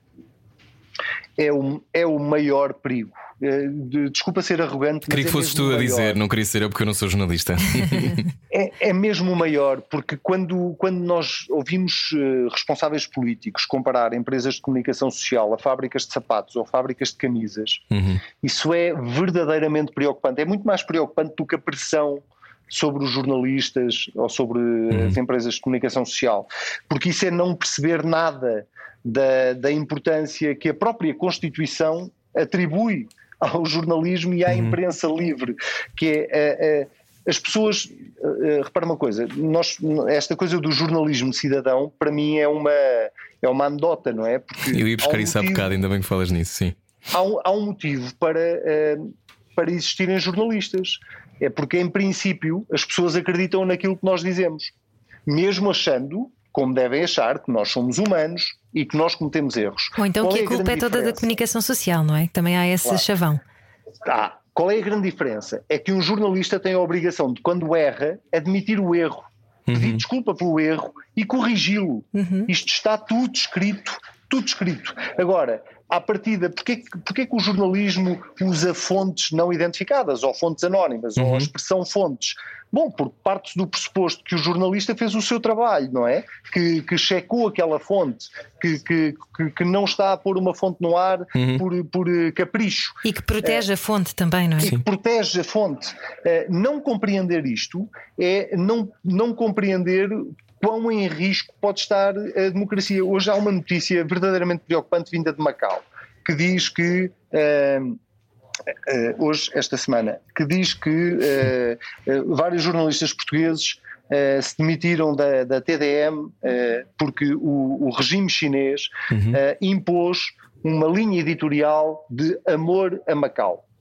Speaker 5: É o maior perigo. Desculpa ser arrogante,
Speaker 2: queria que fosses tu a dizer, não queria ser eu porque eu não sou jornalista.
Speaker 5: É mesmo o maior, porque quando nós ouvimos responsáveis políticos comparar empresas de comunicação social a fábricas de sapatos ou fábricas de camisas, isso é verdadeiramente preocupante. É muito mais preocupante do que a pressão sobre os jornalistas ou sobre as empresas de comunicação social, porque isso é não perceber nada da importância que a própria Constituição atribui ao jornalismo e à imprensa livre, que é as pessoas, repara uma coisa, esta coisa do jornalismo cidadão para mim é uma anedota, não é? Porque
Speaker 2: eu ia buscar isso há bocado, ainda bem que falas nisso, sim.
Speaker 5: Há um motivo para existirem jornalistas, é porque em princípio as pessoas acreditam naquilo que nós dizemos, mesmo achando, como devem achar, que nós somos humanos e que nós cometemos erros.
Speaker 3: Ou então que a culpa é toda da comunicação social, não é? Também há esse chavão.
Speaker 5: Qual é a grande diferença? É que um jornalista tem a obrigação de, quando erra, admitir o erro, pedir desculpa pelo erro e corrigi-lo. Isto está tudo escrito. Agora, à partida, porque que o jornalismo usa fontes não identificadas ou fontes anónimas ou a expressão fontes? Bom, porque parte do pressuposto que o jornalista fez o seu trabalho, não é? Que checou aquela fonte, que não está a pôr uma fonte no ar por capricho.
Speaker 3: E que protege a fonte também, não é?
Speaker 5: E que protege a fonte. Não compreender isto é não compreender quão em risco pode estar a democracia. Hoje há uma notícia verdadeiramente preocupante vinda de Macau, que diz que... hoje, esta semana, que diz que vários jornalistas portugueses se demitiram da TDM porque o regime chinês impôs uma linha editorial de amor a Macau.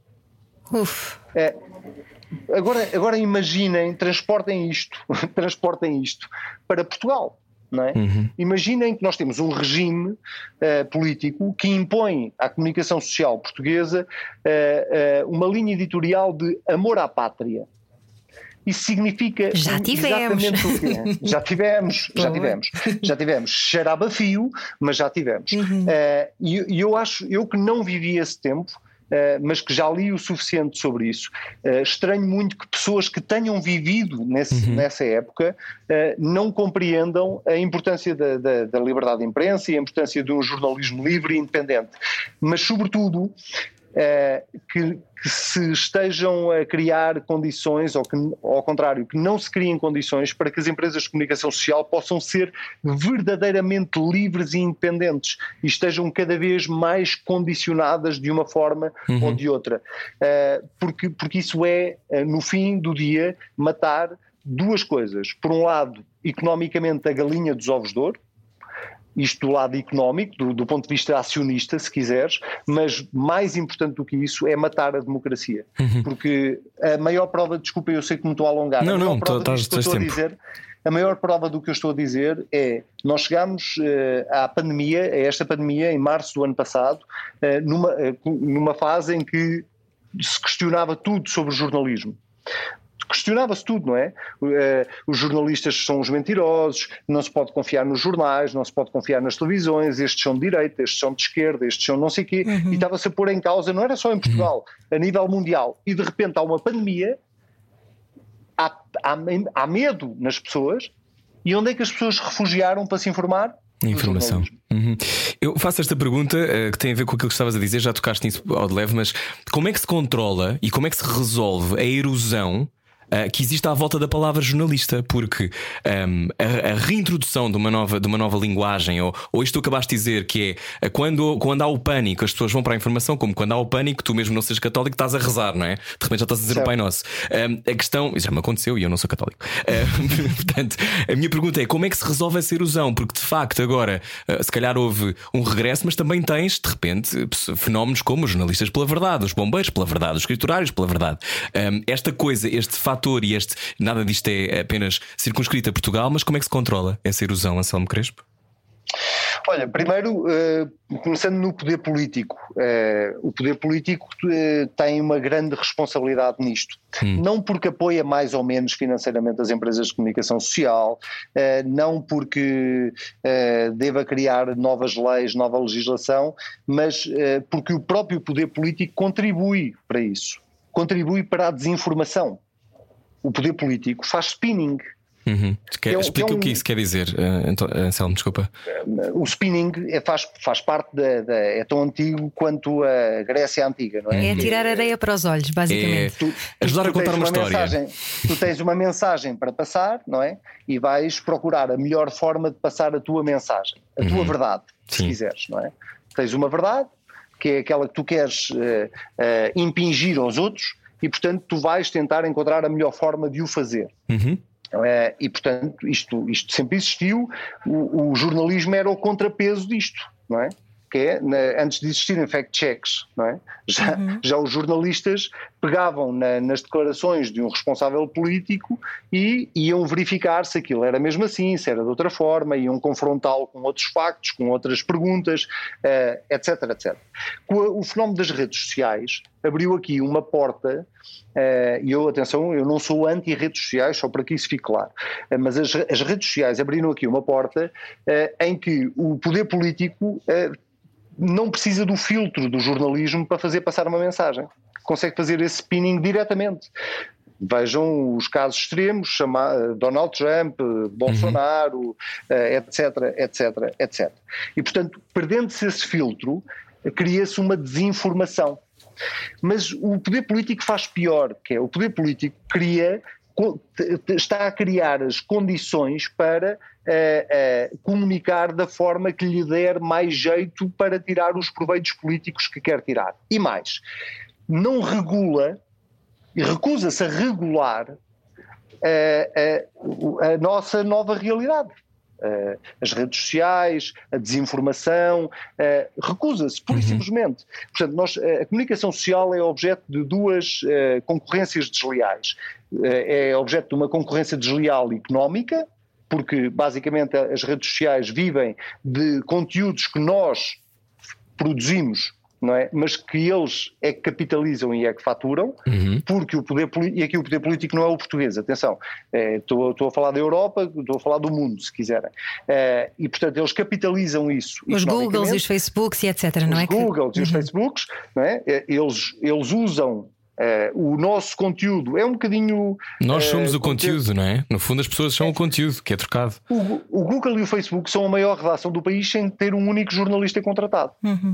Speaker 5: Agora imaginem, transportem isto para Portugal. Não é? Imaginem que nós temos um regime político que impõe à comunicação social portuguesa uma linha editorial de amor à pátria. Isso significa exatamente o quê? Já tivemos xarabafio, mas já tivemos. E eu que não vivi esse tempo, mas que já li o suficiente sobre isso, estranho muito que pessoas que tenham vivido nessa época não compreendam a importância da liberdade de imprensa e a importância de um jornalismo livre e independente, mas sobretudo que se estejam a criar condições, ou que, ao contrário, que não se criem condições para que as empresas de comunicação social possam ser verdadeiramente livres e independentes e estejam cada vez mais condicionadas de uma forma ou de outra. Porque isso é, no fim do dia, matar duas coisas. Por um lado, economicamente, a galinha dos ovos de ouro, isto do lado económico, do ponto de vista acionista, se quiseres, mas mais importante do que isso é matar a democracia. Porque a maior prova, desculpa, eu sei que me estou a alongar, a maior prova do que eu estou a dizer é, nós chegámos a esta pandemia, em março do ano passado, numa fase em que se questionava tudo sobre o jornalismo. Questionava-se tudo, não é? Os jornalistas são os mentirosos, não se pode confiar nos jornais, não se pode confiar nas televisões, estes são de direita, estes são de esquerda, estes são não sei o quê, e estava-se a pôr em causa, não era só em Portugal, a nível mundial, e de repente há uma pandemia, há medo nas pessoas, e onde é que as pessoas se refugiaram para se informar?
Speaker 2: Informação. Eu faço esta pergunta que tem a ver com aquilo que estavas a dizer, já tocaste nisso ao de leve, mas como é que se controla e como é que se resolve a erosão que existe à volta da palavra jornalista? Porque a reintrodução de uma nova linguagem, ou isto que tu acabaste de dizer, que é quando há o pânico, as pessoas vão para a informação, como quando há o pânico, tu mesmo não seres católico, estás a rezar, não é? De repente já estás a dizer o Pai Nosso. A questão, isso já me aconteceu e eu não sou católico. Portanto, a minha pergunta é como é que se resolve essa erosão? Porque de facto agora se calhar houve um regresso, mas também tens de repente fenómenos como os jornalistas pela verdade, os bombeiros pela verdade, os escriturários pela verdade. Esta coisa, este fator e nada disto é apenas circunscrito a Portugal, mas como é que se controla essa erosão, Anselmo Crespo?
Speaker 5: Olha, primeiro, começando no poder político. O poder político tem uma grande responsabilidade nisto. Não porque apoia mais ou menos financeiramente as empresas de comunicação social, não porque deva criar novas leis, nova legislação, mas porque o próprio poder político contribui para isso. Contribui para a desinformação. O poder político faz spinning.
Speaker 2: Explica o que isso quer dizer, Anselmo, desculpa.
Speaker 5: O spinning faz parte é tão antigo quanto a Grécia Antiga, não é?
Speaker 3: É tirar areia para os olhos, basicamente.
Speaker 2: Ajudar a contar uma história.
Speaker 5: Tu tens uma mensagem para passar, não é? E vais procurar a melhor forma de passar a tua mensagem, a tua verdade, se quiseres, não é? Tens uma verdade, que é aquela que tu queres impingir aos outros, e portanto tu vais tentar encontrar a melhor forma de o fazer. E portanto isto sempre existiu. O jornalismo era o contrapeso disto, não é? Que é, antes de existirem fact-checks, não é? Já os jornalistas pegavam nas declarações de um responsável político e iam verificar se aquilo era mesmo assim, se era de outra forma, iam confrontá-lo com outros factos, com outras perguntas, etc, etc. O fenómeno das redes sociais abriu aqui uma porta, e atenção, eu não sou anti-redes sociais, só para que isso fique claro, mas as redes sociais abriram aqui uma porta em que o poder político não precisa do filtro do jornalismo para fazer passar uma mensagem. Consegue fazer esse spinning diretamente. Vejam os casos extremos, Donald Trump, Bolsonaro, etc, etc, etc. E, portanto, perdendo-se esse filtro, cria-se uma desinformação. Mas o poder político faz pior, que é o poder político está a criar as condições para comunicar da forma que lhe der mais jeito para tirar os proveitos políticos que quer tirar. E mais, não regula e recusa-se a regular a nossa nova realidade. as redes sociais, a desinformação, recusa-se, pura e simplesmente. Portanto, a comunicação social é objeto de duas concorrências desleais. É objeto de uma concorrência desleal económica, porque basicamente as redes sociais vivem de conteúdos que nós produzimos, não é? Mas que eles é que capitalizam e é que faturam, porque e aqui o poder político não é o português, atenção, estou a falar da Europa, estou a falar do mundo, se quiserem, e portanto eles capitalizam isso.
Speaker 3: Os Googles e os Facebooks e etc, não é?
Speaker 5: Os Googles e os Facebooks, não é? Eles usam o nosso conteúdo, é um bocadinho...
Speaker 2: Nós somos o conteúdo, não é? No fundo as pessoas são o conteúdo que é trocado.
Speaker 5: O Google e o Facebook são a maior redação do país sem ter um único jornalista contratado.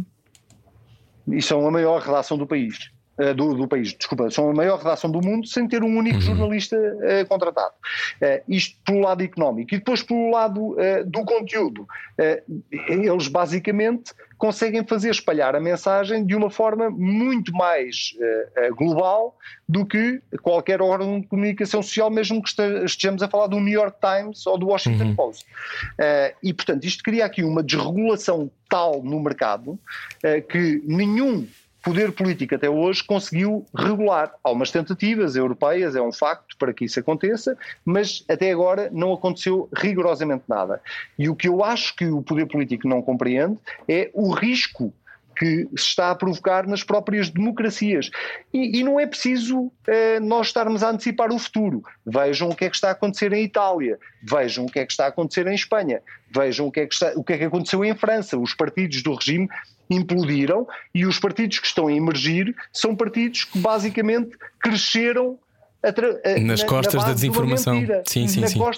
Speaker 5: E são a maior redação do país. São a maior redação do mundo sem ter um único jornalista contratado. Isto pelo lado económico. E depois pelo lado do conteúdo. Eles basicamente conseguem fazer espalhar a mensagem de uma forma muito mais global do que qualquer órgão de comunicação social, mesmo que estejamos a falar do New York Times ou do Washington Post. E portanto isto cria aqui uma desregulação tal no mercado que nenhum poder político até hoje conseguiu regular. Há umas tentativas europeias, é um facto, para que isso aconteça, mas até agora não aconteceu rigorosamente nada. E o que eu acho que o poder político não compreende é o risco que se está a provocar nas próprias democracias. E não é preciso nós estarmos a antecipar o futuro. Vejam o que é que está a acontecer em Itália, vejam o que é que está a acontecer em Espanha, vejam o que é que aconteceu em França. Os partidos do regime implodiram e os partidos que estão a emergir são partidos que basicamente cresceram
Speaker 2: nas costas da desinformação. Sim.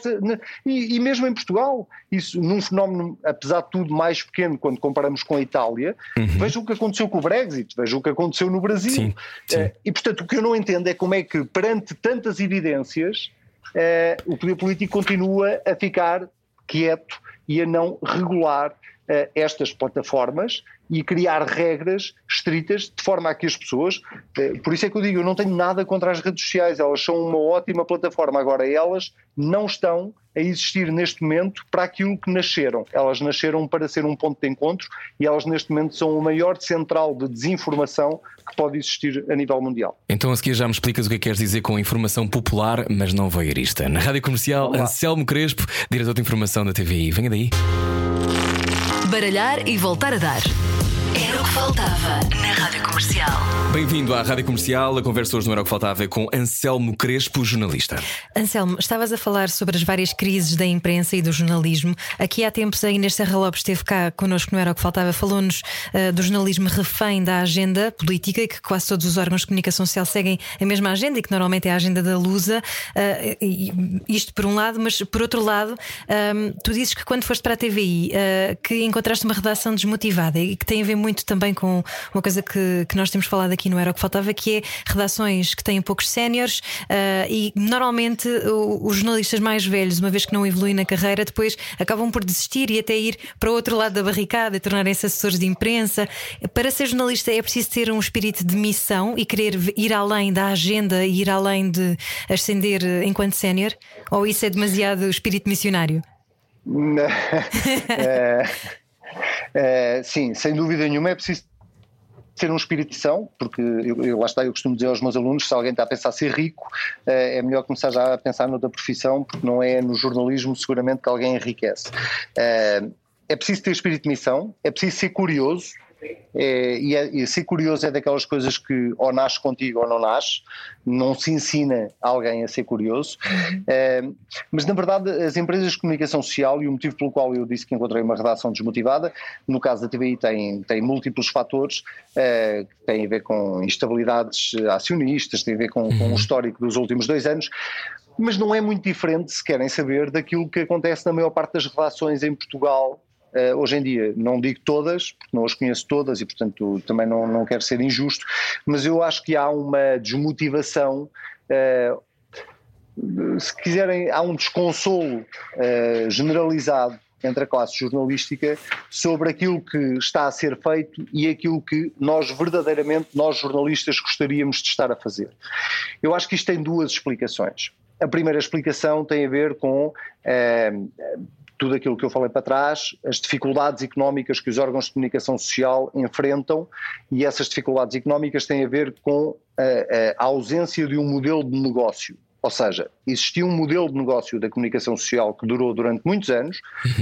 Speaker 5: E mesmo em Portugal, isso num fenómeno, apesar de tudo, mais pequeno quando comparamos com a Itália. Vejam o que aconteceu com o Brexit, vejam o que aconteceu no Brasil.
Speaker 2: Sim.
Speaker 5: E portanto o que eu não entendo é como é que perante tantas evidências o poder político continua a ficar quieto e a não regular estas plataformas e criar regras estritas de forma a que as pessoas, por isso é que eu digo, eu não tenho nada contra as redes sociais, elas são uma ótima plataforma, agora elas não estão a existir neste momento para aquilo que nasceram, elas nasceram para ser um ponto de encontro e elas neste momento são o maior central de desinformação que pode existir a nível mundial.
Speaker 2: Então a seguir já me explicas o que é que queres dizer com informação popular, mas não voyeurista. Na Rádio Comercial, Anselmo Crespo, diretor de informação da TVI. Venha daí.
Speaker 6: Baralhar e voltar a dar. Era o que faltava na Rádio Comercial.
Speaker 2: Bem-vindo à Rádio Comercial. A conversa hoje não era o que faltava, é com Anselmo Crespo, jornalista.
Speaker 3: Anselmo, estavas a falar sobre as várias crises da imprensa e do jornalismo. Aqui há tempos a Inês Serra Lopes esteve cá connosco, não era o que faltava. Falou-nos do jornalismo refém da agenda política, que quase todos os órgãos de comunicação social seguem a mesma agenda e que normalmente é a agenda da Lusa. Isto por um lado, mas por outro lado, tu dizes que quando foste para a TVI que encontraste uma redação desmotivada e que tem a ver muito também com uma coisa que nós temos falado aqui, não era o que faltava, que é redações que têm poucos séniores e normalmente os jornalistas mais velhos, uma vez que não evoluem na carreira, depois acabam por desistir e até ir para o outro lado da barricada e tornarem-se assessores de imprensa. Para ser jornalista é preciso ter um espírito de missão e querer ir além da agenda e ir além de ascender enquanto sénior? Ou isso é demasiado espírito missionário?
Speaker 5: Sim, sem dúvida nenhuma é preciso ter um espírito de missão, porque lá está, eu costumo dizer aos meus alunos, se alguém está a pensar ser rico, é melhor começar já a pensar noutra profissão, porque não é no jornalismo seguramente que alguém enriquece. É preciso ter espírito de missão, é preciso ser curioso, e ser curioso é daquelas coisas que ou nasce contigo ou não nasce, não se ensina alguém a ser curioso, mas na verdade as empresas de comunicação social, e o motivo pelo qual eu disse que encontrei uma redação desmotivada, no caso da TVI tem múltiplos fatores, que têm a ver com instabilidades acionistas, têm a ver com o histórico dos últimos 2 anos, mas não é muito diferente, se querem saber, daquilo que acontece na maior parte das redações em Portugal. Hoje em dia, não digo todas, porque não as conheço todas e portanto também não quero ser injusto, mas eu acho que há uma desmotivação, se quiserem, há um desconsolo generalizado entre a classe jornalística sobre aquilo que está a ser feito e aquilo que nós verdadeiramente, nós jornalistas, gostaríamos de estar a fazer. Eu acho que isto tem 2 explicações. A primeira explicação tem a ver com tudo aquilo que eu falei para trás, as dificuldades económicas que os órgãos de comunicação social enfrentam, e essas dificuldades económicas têm a ver com a ausência de um modelo de negócio. Ou seja, existia um modelo de negócio da comunicação social que durou durante muitos anos.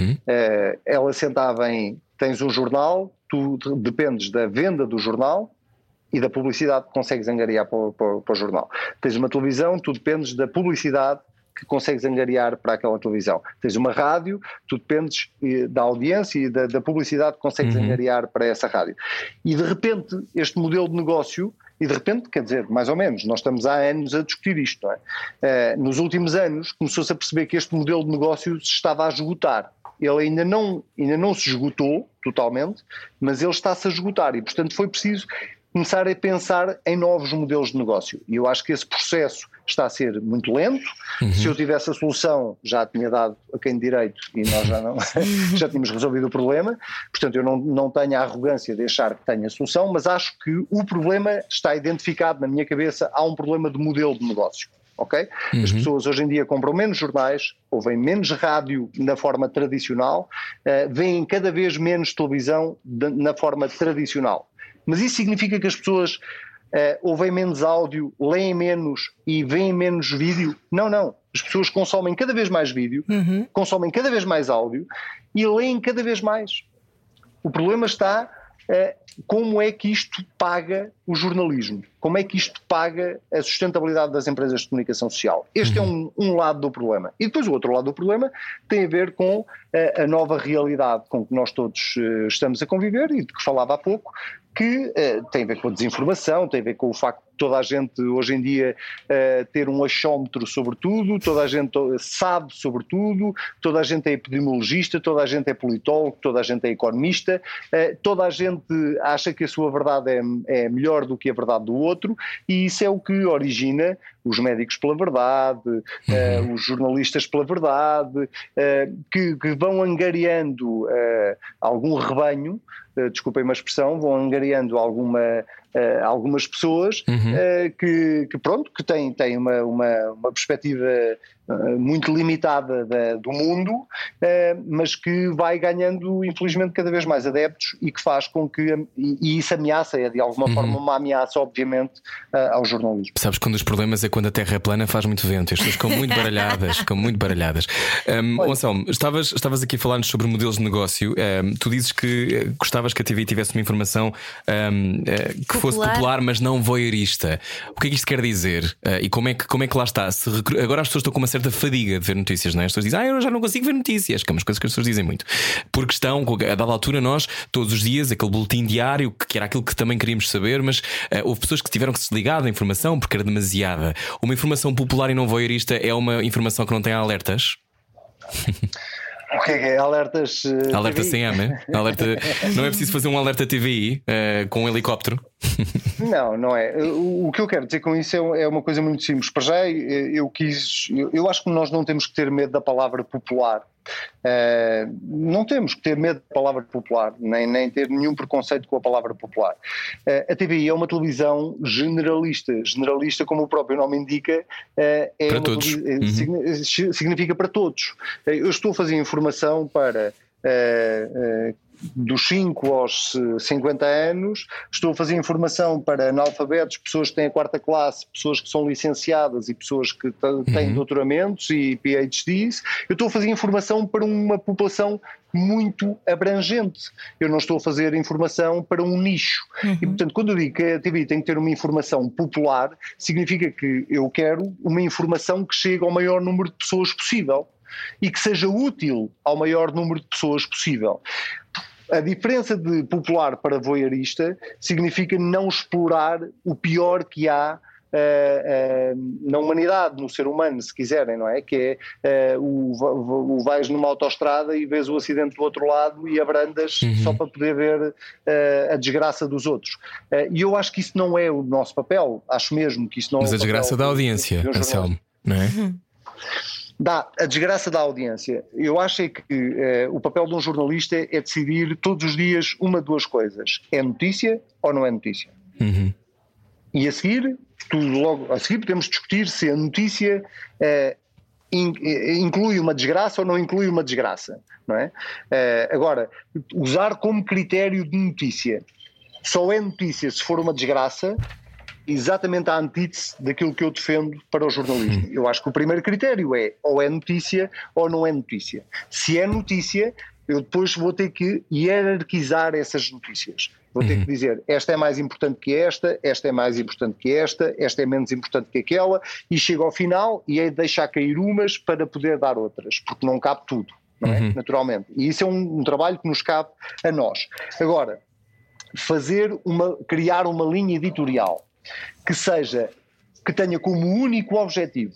Speaker 5: Ela assentava em: tens um jornal, tu dependes da venda do jornal e da publicidade que consegues angariar para o jornal. Tens uma televisão, tu dependes da publicidade que consegues angariar para aquela televisão. Tens uma rádio, tu dependes da audiência e da publicidade que consegues angariar para essa rádio. E de repente este modelo de negócio, e de repente, quer dizer, mais ou menos, nós estamos há anos a discutir isto, não é? Nos últimos anos começou-se a perceber que este modelo de negócio se estava a esgotar. Ele ainda não se esgotou totalmente, mas ele está-se a esgotar, e portanto foi preciso começar a pensar em novos modelos de negócio. E eu acho que esse processo está a ser muito lento. Se eu tivesse a solução, já tinha dado a quem de direito e nós já tínhamos resolvido o problema. Portanto, eu não tenho a arrogância de achar que tenho a solução, mas acho que o problema está identificado na minha cabeça. Há um problema de modelo de negócio. Okay? As pessoas hoje em dia compram menos jornais, ouvem menos rádio na forma tradicional, veem cada vez menos televisão na forma tradicional. Mas isso significa que as pessoas ouvem menos áudio, leem menos e veem menos vídeo? Não. As pessoas consomem cada vez mais vídeo, consomem cada vez mais áudio e leem cada vez mais. O problema está como é que isto paga o jornalismo? Como é que isto paga a sustentabilidade das empresas de comunicação social? Este é um lado do problema. E depois o outro lado do problema tem a ver com a nova realidade com que nós todos estamos a conviver e de que falava há pouco, que tem a ver com a desinformação, tem a ver com o facto de toda a gente hoje em dia ter um achómetro sobre tudo, toda a gente sabe sobre tudo, toda a gente é epidemiologista, toda a gente é politólogo, toda a gente é economista, toda a gente acha que a sua verdade é melhor do que a verdade do outro, e isso é o que origina os médicos pela verdade, os jornalistas pela verdade, que vão angariando algum rebanho, desculpem-me a expressão, vão angariando algumas pessoas que têm uma perspectiva muito limitada do mundo, mas que vai ganhando infelizmente cada vez mais adeptos e que faz com que, e isso ameaça, é de alguma forma uma ameaça obviamente ao jornalismo.
Speaker 2: Sabes que um dos problemas é quando a Terra é plana faz muito vento, as pessoas ficam muito baralhadas. Anselmo, estavas aqui a falar-nos sobre modelos de negócio. Tu dizes que gostavas que a TV tivesse uma informação que fosse popular, mas não voyeurista. O que é que isto quer dizer? E como é que lá está? Agora as pessoas estão com uma certa fadiga de ver notícias, não é? As pessoas dizem, eu já não consigo ver notícias, que é umas coisas que as pessoas dizem muito. Porque estão, a dada altura, nós, todos os dias, aquele boletim diário, que era aquilo que também queríamos saber, mas houve pessoas que tiveram que se desligar da informação porque era demasiada. Uma informação popular e não voyeurista é uma informação que não tem alertas?
Speaker 5: O que é alertas?
Speaker 2: Alerta CM, alerta. Não é preciso fazer um alerta TVI com um helicóptero?
Speaker 5: Não é. O que eu quero dizer com isso é uma coisa muito simples. Para já, eu acho que nós não temos que ter medo da palavra popular. Não temos que ter medo da palavra popular, nem ter nenhum preconceito com a palavra popular. A TVI é uma televisão generalista, como o próprio nome indica,
Speaker 2: para todos.
Speaker 5: Significa para todos. Eu estou a fazer informação para dos 5 aos 50 anos, estou a fazer informação para analfabetos, pessoas que têm a 4ª classe, pessoas que são licenciadas e pessoas que têm doutoramentos e PhDs. Eu estou a fazer informação para uma população muito abrangente. Eu não estou a fazer informação para um nicho. E portanto, quando eu digo que a TV tem que ter uma informação popular, significa que eu quero uma informação que chegue ao maior número de pessoas possível e que seja útil ao maior número de pessoas possível. A diferença de popular para voyeurista significa não explorar o pior que há na humanidade, no ser humano, se quiserem, não é? Que é vais numa autoestrada e vês o acidente do outro lado e abrandas só para poder ver a desgraça dos outros. E eu acho que isso não é o nosso papel, acho mesmo que isso não é o papel.
Speaker 2: Mas a desgraça da audiência, Anselmo, não é?
Speaker 5: A desgraça da audiência. Eu acho que o papel de um jornalista é decidir todos os dias uma de duas coisas: é notícia ou não é notícia? E a seguir podemos discutir se a notícia inclui uma desgraça ou não inclui uma desgraça, não é? Agora, usar como critério de notícia, só é notícia se for uma desgraça, exatamente a antítese daquilo que eu defendo para o jornalismo. Eu acho que o primeiro critério é ou é notícia ou não é notícia. Se é notícia, eu depois vou ter que hierarquizar essas notícias. Vou ter que dizer, esta é mais importante que esta é mais importante que esta é menos importante que aquela, e chego ao final e é deixar cair umas para poder dar outras, porque não cabe tudo, não é? Naturalmente. E isso é um trabalho que nos cabe a nós. Agora, criar uma linha editorial que tenha como único objetivo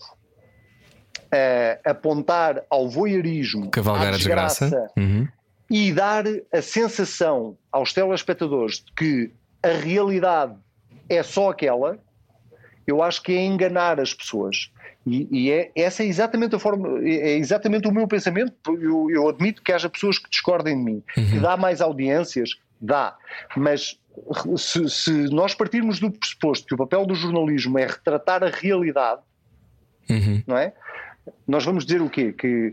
Speaker 5: apontar ao voyeurismo,
Speaker 2: cavalgar
Speaker 5: à desgraça, e dar a sensação aos telespectadores de que a realidade é só aquela, eu acho que é enganar as pessoas. Essa é exatamente a forma, é exatamente o meu pensamento. Eu admito que haja pessoas que discordem de mim, que dá mais audiências, dá, mas se nós partirmos do pressuposto que o papel do jornalismo é retratar a realidade, não é? Nós vamos dizer o quê? Que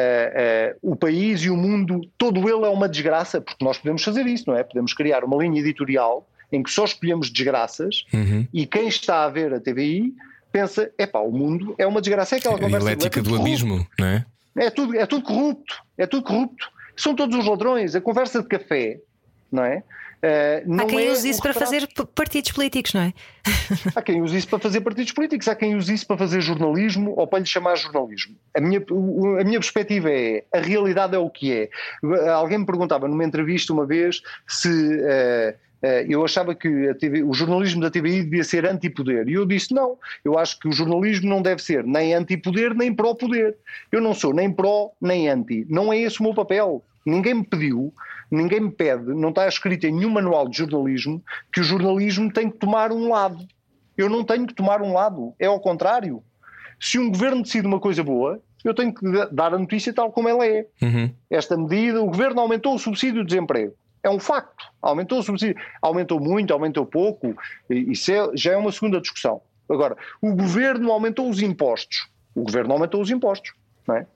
Speaker 5: o país e o mundo, todo ele é uma desgraça, porque nós podemos fazer isso, não é? Podemos criar uma linha editorial em que só escolhemos desgraças e quem está a ver a TVI pensa, o mundo é uma desgraça. É aquela conversa,
Speaker 2: a dialética do abismo, não é?
Speaker 5: É tudo corrupto. São todos os ladrões. A conversa de café, não é?
Speaker 3: Há quem use isso para fazer partidos políticos, não é?
Speaker 5: Há quem use isso para fazer partidos políticos, há quem use isso para fazer jornalismo ou para lhe chamar jornalismo. A minha perspectiva é, a realidade é o que é. Alguém me perguntava numa entrevista uma vez se eu achava que o jornalismo da TVI devia ser antipoder, e eu disse não, eu acho que o jornalismo não deve ser nem antipoder nem pró-poder. Eu não sou nem pró nem anti, não é esse o meu papel. Ninguém me pediu, ninguém me pede, não está escrito em nenhum manual de jornalismo que o jornalismo tem que tomar um lado. Eu não tenho que tomar um lado, é ao contrário. Se um governo decide uma coisa boa, eu tenho que dar a notícia tal como ela é. Esta medida, o governo aumentou o subsídio de desemprego. É um facto, aumentou o subsídio, aumentou muito, aumentou pouco, isso já é uma segunda discussão. Agora, o governo aumentou os impostos, não é?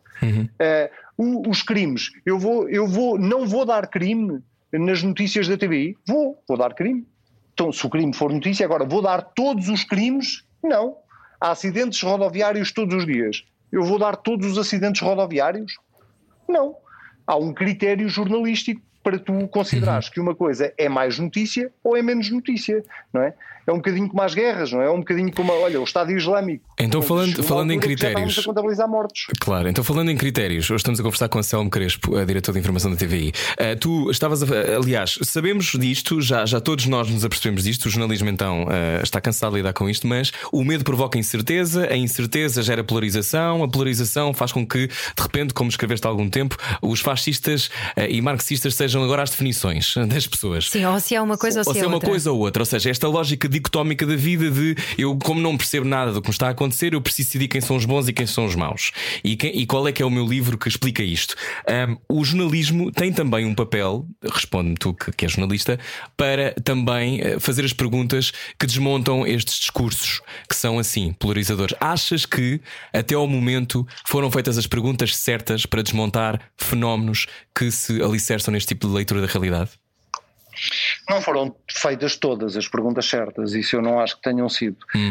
Speaker 5: Os crimes, não vou dar crime nas notícias da TVI? Vou dar crime. Então, se o crime for notícia, agora vou dar todos os crimes? Não. Há acidentes rodoviários todos os dias. Eu vou dar todos os acidentes rodoviários? Não. Há um critério jornalístico para tu considerares que uma coisa é mais notícia ou é menos notícia, não é? É um bocadinho como as guerras, não é? É um bocadinho como, olha, o Estado Islâmico.
Speaker 2: Então, falando em critérios.
Speaker 5: Já a contabilizar mortos.
Speaker 2: Claro, então falando em critérios, hoje estamos a conversar com Anselmo Crespo, a diretor de informação da TVI. Tu estavas aliás, sabemos disto, já todos nós nos apercebemos disto. O jornalismo então está cansado de lidar com isto, mas o medo provoca incerteza, a incerteza gera polarização, a polarização faz com que, de repente, como escreveste há algum tempo, os fascistas e marxistas sejam agora as definições das pessoas.
Speaker 3: Sim, ou se é uma coisa ou se é outra.
Speaker 2: Uma coisa ou outra. Ou seja, esta lógica dicotómica da vida de eu, como não percebo nada do que me está a acontecer, eu preciso decidir quem são os bons e quem são os maus. E qual é que é o meu livro que explica isto? O jornalismo tem também um papel, responde-me tu que és jornalista, para também fazer as perguntas que desmontam estes discursos que são assim, polarizadores. Achas que até ao momento foram feitas as perguntas certas para desmontar fenómenos que se alicerçam neste tipo de leitura da realidade?
Speaker 5: Não foram feitas todas as perguntas certas, isso eu não acho que tenham sido.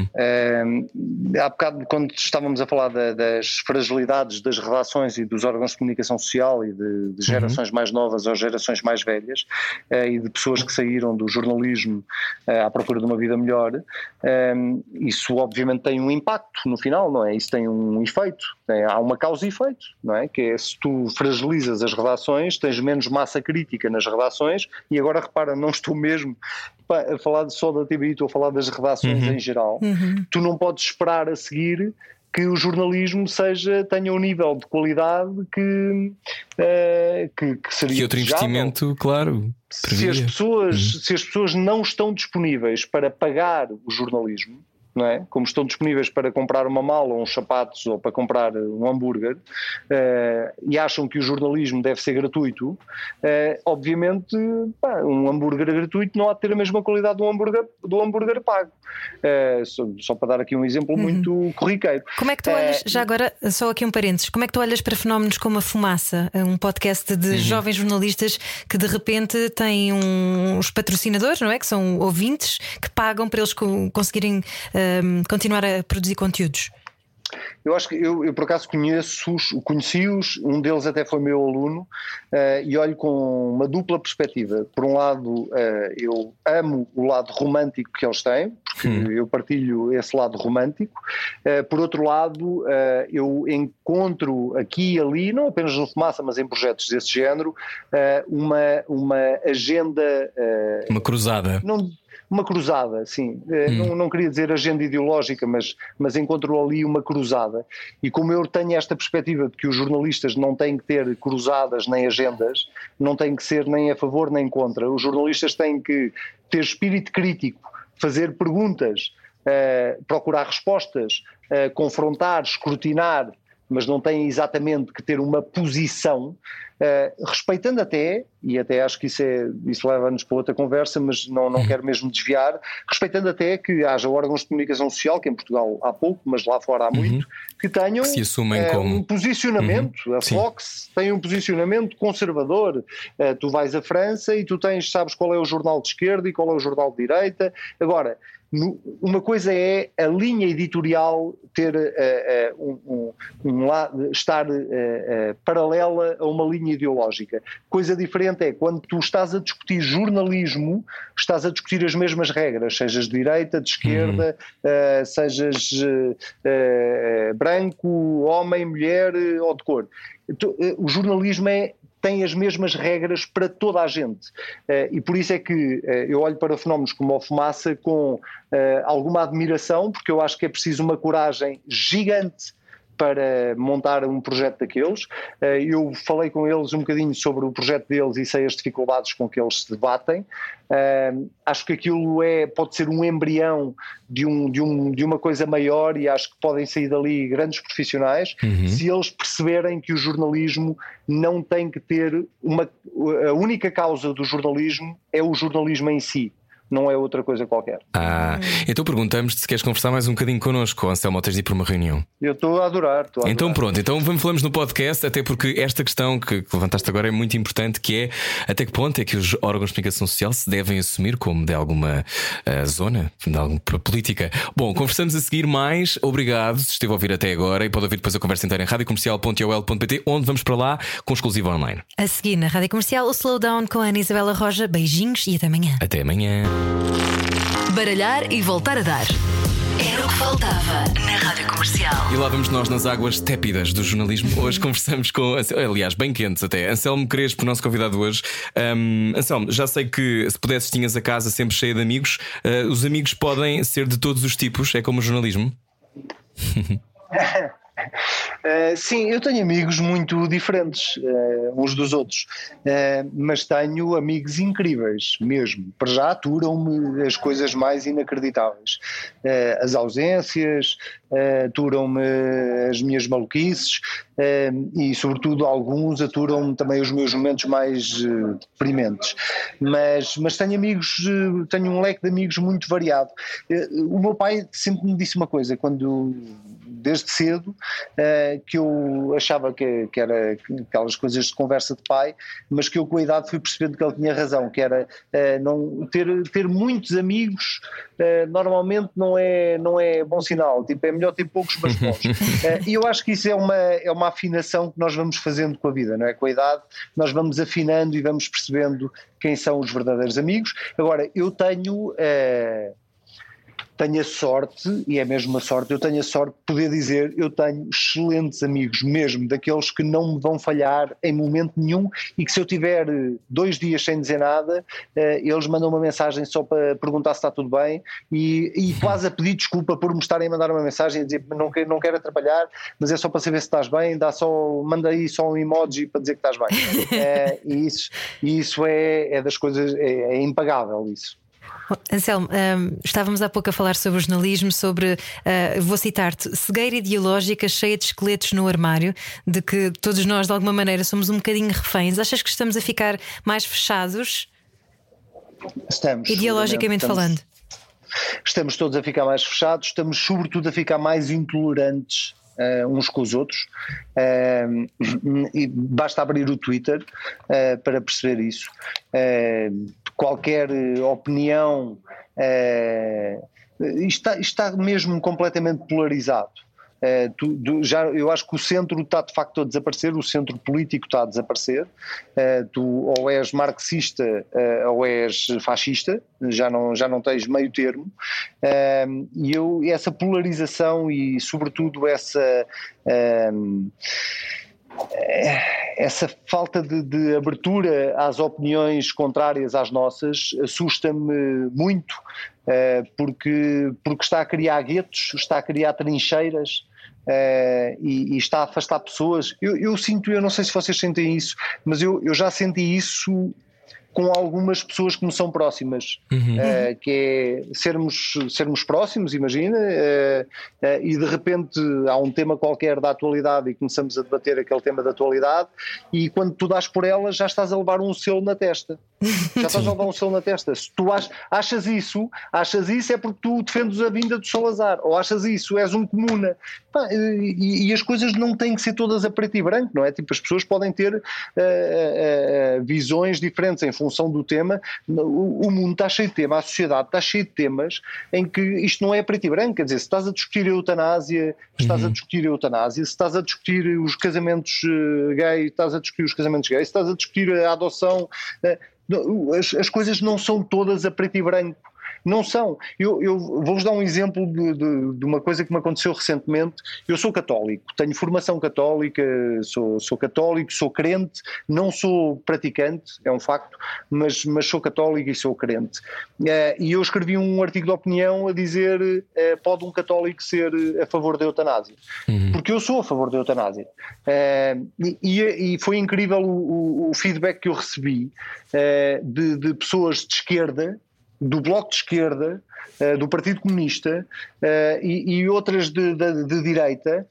Speaker 5: Há bocado, quando estávamos a falar das fragilidades das redações e dos órgãos de comunicação social e de gerações mais novas ou gerações mais velhas, e de pessoas que saíram do jornalismo à procura de uma vida melhor, isso obviamente tem um impacto no final, não é? Isso tem um efeito, há uma causa e efeito, não é? Que é, se tu fragilizas as redações, tens menos massa crítica nas redações. E agora repara, não estou mesmo a falar só da TVI, estou a falar das redações em geral. Tu não podes esperar a seguir que o jornalismo tenha um nível de qualidade que seria
Speaker 2: que outro
Speaker 5: desejável.
Speaker 2: Investimento, claro.
Speaker 5: Se as pessoas não estão disponíveis para pagar o jornalismo, não é? Como estão disponíveis para comprar uma mala ou uns sapatos ou para comprar um hambúrguer, e acham que o jornalismo deve ser gratuito, obviamente um hambúrguer gratuito não há de ter a mesma qualidade do hambúrguer pago. Só para dar aqui um exemplo muito corriqueiro.
Speaker 3: Como é que tu olhas, já agora, só aqui um parênteses, como é que tu olhas para fenómenos como a Fumaça, um podcast de jovens jornalistas que de repente têm uns patrocinadores, não é? Que são ouvintes que pagam para eles conseguirem continuar a produzir conteúdos?
Speaker 5: Eu acho que eu por acaso conheci-os, um deles até foi meu aluno, e olho com uma dupla perspectiva. Por um lado, eu amo o lado romântico que eles têm, porque eu partilho esse lado romântico. Por outro lado, eu encontro aqui e ali, não apenas no Fumaça, mas em projetos desse género, uma agenda...
Speaker 2: uma cruzada.
Speaker 5: Uma cruzada, sim. Não queria dizer agenda ideológica, mas encontro ali uma cruzada. E como eu tenho esta perspectiva de que os jornalistas não têm que ter cruzadas nem agendas, não têm que ser nem a favor nem contra, os jornalistas têm que ter espírito crítico, fazer perguntas, procurar respostas, confrontar, escrutinar, mas não têm exatamente que ter uma posição, respeitando até, e até acho que isso leva-nos para outra conversa, mas não quero mesmo desviar, respeitando até que haja órgãos de comunicação social, que em Portugal há pouco, mas lá fora há muito, que tenham
Speaker 2: que se assumem como
Speaker 5: um posicionamento. A Fox tem um posicionamento conservador. Tu vais à França e tu sabes qual é o jornal de esquerda e qual é o jornal de direita. Agora, uma coisa é a linha editorial ter estar paralela a uma linha ideológica. Coisa diferente é quando tu estás a discutir jornalismo, estás a discutir as mesmas regras, sejas de direita, de esquerda, sejas branco, homem, mulher ou de cor. O jornalismo tem as mesmas regras para toda a gente, e por isso é que eu olho para fenómenos como a Fumaça com alguma admiração, porque eu acho que é preciso uma coragem gigante para montar um projeto daqueles. Eu falei com eles um bocadinho sobre o projeto deles e sei as dificuldades com que eles se debatem. Acho que aquilo pode ser um embrião de uma coisa maior, e acho que podem sair dali grandes profissionais se eles perceberem que o jornalismo não tem que ter a única causa do jornalismo é o jornalismo em si. Não é outra coisa qualquer.
Speaker 2: Então perguntamos-te se queres conversar mais um bocadinho connosco, Anselmo, ou tens de ir para uma reunião.
Speaker 5: Eu estou a adorar.
Speaker 2: Então pronto, então falamos no podcast, até porque esta questão que levantaste agora é muito importante, que é até que ponto é que os órgãos de comunicação social se devem assumir como de alguma zona, de alguma política. Bom, conversamos a seguir mais. Obrigado se esteve a ouvir até agora, e pode ouvir depois a conversa inteira em radiocomercial.ol.pt, onde vamos para lá com exclusivo online.
Speaker 3: A seguir na Rádio Comercial, o Slowdown com a Ana Isabela Roja. Beijinhos e até amanhã.
Speaker 2: Até amanhã.
Speaker 6: Baralhar e voltar a dar. Era o que faltava na Rádio Comercial.
Speaker 2: E lá vamos nós nas águas tépidas do jornalismo. Hoje conversamos com, aliás, bem quentes até, Anselmo Crespo, nosso convidado hoje. Anselmo, já sei que se pudesses tinhas a casa sempre cheia de amigos. Os amigos podem ser de todos os tipos, é como o jornalismo?
Speaker 5: Sim, eu tenho amigos muito diferentes uns dos outros, mas tenho amigos incríveis mesmo. Para já aturam-me as coisas mais inacreditáveis, as ausências, aturam-me as minhas maluquices, e sobretudo alguns aturam-me também os meus momentos mais deprimentes. Mas tenho amigos, tenho um leque de amigos muito variado. O meu pai sempre me disse uma coisa, desde cedo, que eu achava que era aquelas coisas de conversa de pai, mas que eu com a idade fui percebendo que ele tinha razão, que era não ter muitos amigos normalmente não é bom sinal, tipo, é melhor ter poucos mas bons. E eu acho que isso é uma afinação que nós vamos fazendo com a vida, não é? Com a idade nós vamos afinando e vamos percebendo quem são os verdadeiros amigos. Agora, eu tenho a sorte, e é mesmo uma sorte, eu tenho a sorte de poder dizer, eu tenho excelentes amigos mesmo, daqueles que não me vão falhar em momento nenhum, e que se eu tiver 2 dias sem dizer nada, eles mandam uma mensagem só para perguntar se está tudo bem, e quase a pedir desculpa por me estarem a mandar uma mensagem a dizer não quero atrapalhar, mas é só para saber se estás bem, manda aí só um emoji para dizer que estás bem. E isso é das coisas, é impagável isso.
Speaker 3: Anselmo, estávamos há pouco a falar sobre o jornalismo, sobre, vou citar-te, cegueira ideológica cheia de esqueletos no armário, de que todos nós de alguma maneira somos um bocadinho reféns. Achas que estamos a ficar mais fechados?
Speaker 5: Estamos,
Speaker 3: ideologicamente falando.
Speaker 5: Estamos todos a ficar mais fechados, estamos sobretudo a ficar mais intolerantes uns com os outros, e basta abrir o Twitter para perceber isso. Qualquer opinião está mesmo completamente polarizado. Eu acho que o centro está de facto a desaparecer, o centro político está a desaparecer. Tu ou és marxista ou és fascista, já não tens meio termo, e essa polarização e sobretudo essa falta de abertura às opiniões contrárias às nossas assusta-me muito, porque está a criar guetos, está a criar trincheiras, e está a afastar pessoas. Eu sinto, eu não sei se vocês sentem isso, mas eu já senti isso com algumas pessoas que me são próximas, que é sermos próximos, imagina, e de repente há um tema qualquer da atualidade e começamos a debater aquele tema da atualidade, e quando tu dás por ela já estás a levar um selo na testa. Já estás a levar um selo na testa. Se tu achas isso é porque tu defendes a vinda do Salazar, ou achas isso, és um comuna. E as coisas não têm que ser todas a preto e branco, não é? Tipo, as pessoas podem ter visões diferentes em função do tema. O mundo está cheio de temas, a sociedade está cheia de temas em que isto não é preto e branco. Quer dizer, se estás a discutir a eutanásia, estás a discutir a eutanásia. Se estás a discutir os casamentos gays, estás a discutir os casamentos gays. Se estás a discutir a adoção, as coisas não são todas a preto e branco. Não são. Eu vou-vos dar um exemplo de uma coisa que me aconteceu recentemente. Eu sou católico, tenho formação católica, sou católico, sou crente, não sou praticante, é um facto, mas sou católico e sou crente. E eu escrevi um artigo de opinião a dizer pode um católico ser a favor da eutanásia? Porque eu sou a favor da eutanásia. E foi incrível o feedback que eu recebi de pessoas de esquerda, do Bloco de Esquerda, do Partido Comunista e outras de direita,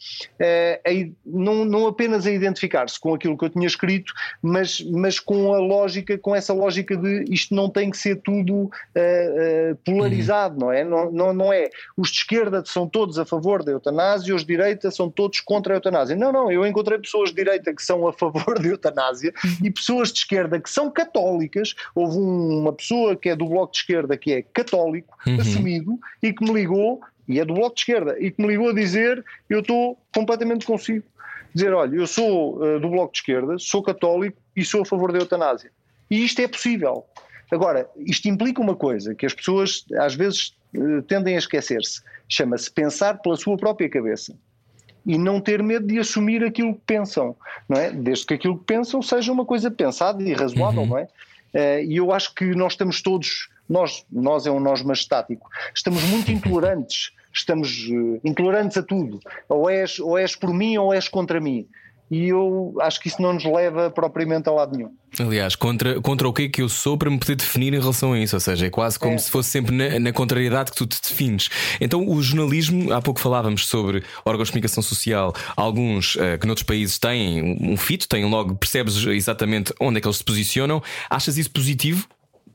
Speaker 5: não apenas a identificar-se com aquilo que eu tinha escrito, mas com essa lógica de isto não tem que ser tudo polarizado, não é? Não é. Os de esquerda são todos a favor da eutanásia, os de direita são todos contra a eutanásia. Não, eu encontrei pessoas de direita que são a favor da eutanásia e pessoas de esquerda que são católicas. Houve uma pessoa que é do Bloco de Esquerda que é católico, assumido, e que me ligou, e é do Bloco de Esquerda, e que me ligou a dizer: eu estou completamente consigo. Dizer, olha, eu sou do Bloco de Esquerda, sou católico e sou a favor da eutanásia. E isto é possível. Agora, isto implica uma coisa que as pessoas às vezes tendem a esquecer-se. Chama-se pensar pela sua própria cabeça. E não ter medo de assumir aquilo que pensam, não é? Desde que aquilo que pensam seja uma coisa pensada e razoável, não é? E eu acho que nós estamos todos, nós é um nós majestático, estamos muito intolerantes, estamos intolerantes a tudo, ou és por mim ou és contra mim, e eu acho que isso não nos leva propriamente a lado nenhum.
Speaker 2: Aliás, contra o que é que eu sou para me poder definir em relação a isso, ou seja, é quase como se fosse sempre na contrariedade que tu te defines. Então o jornalismo, há pouco falávamos sobre órgãos de comunicação social, alguns que noutros países têm um fito, têm logo, percebes exatamente onde é que eles se posicionam. Achas isso positivo?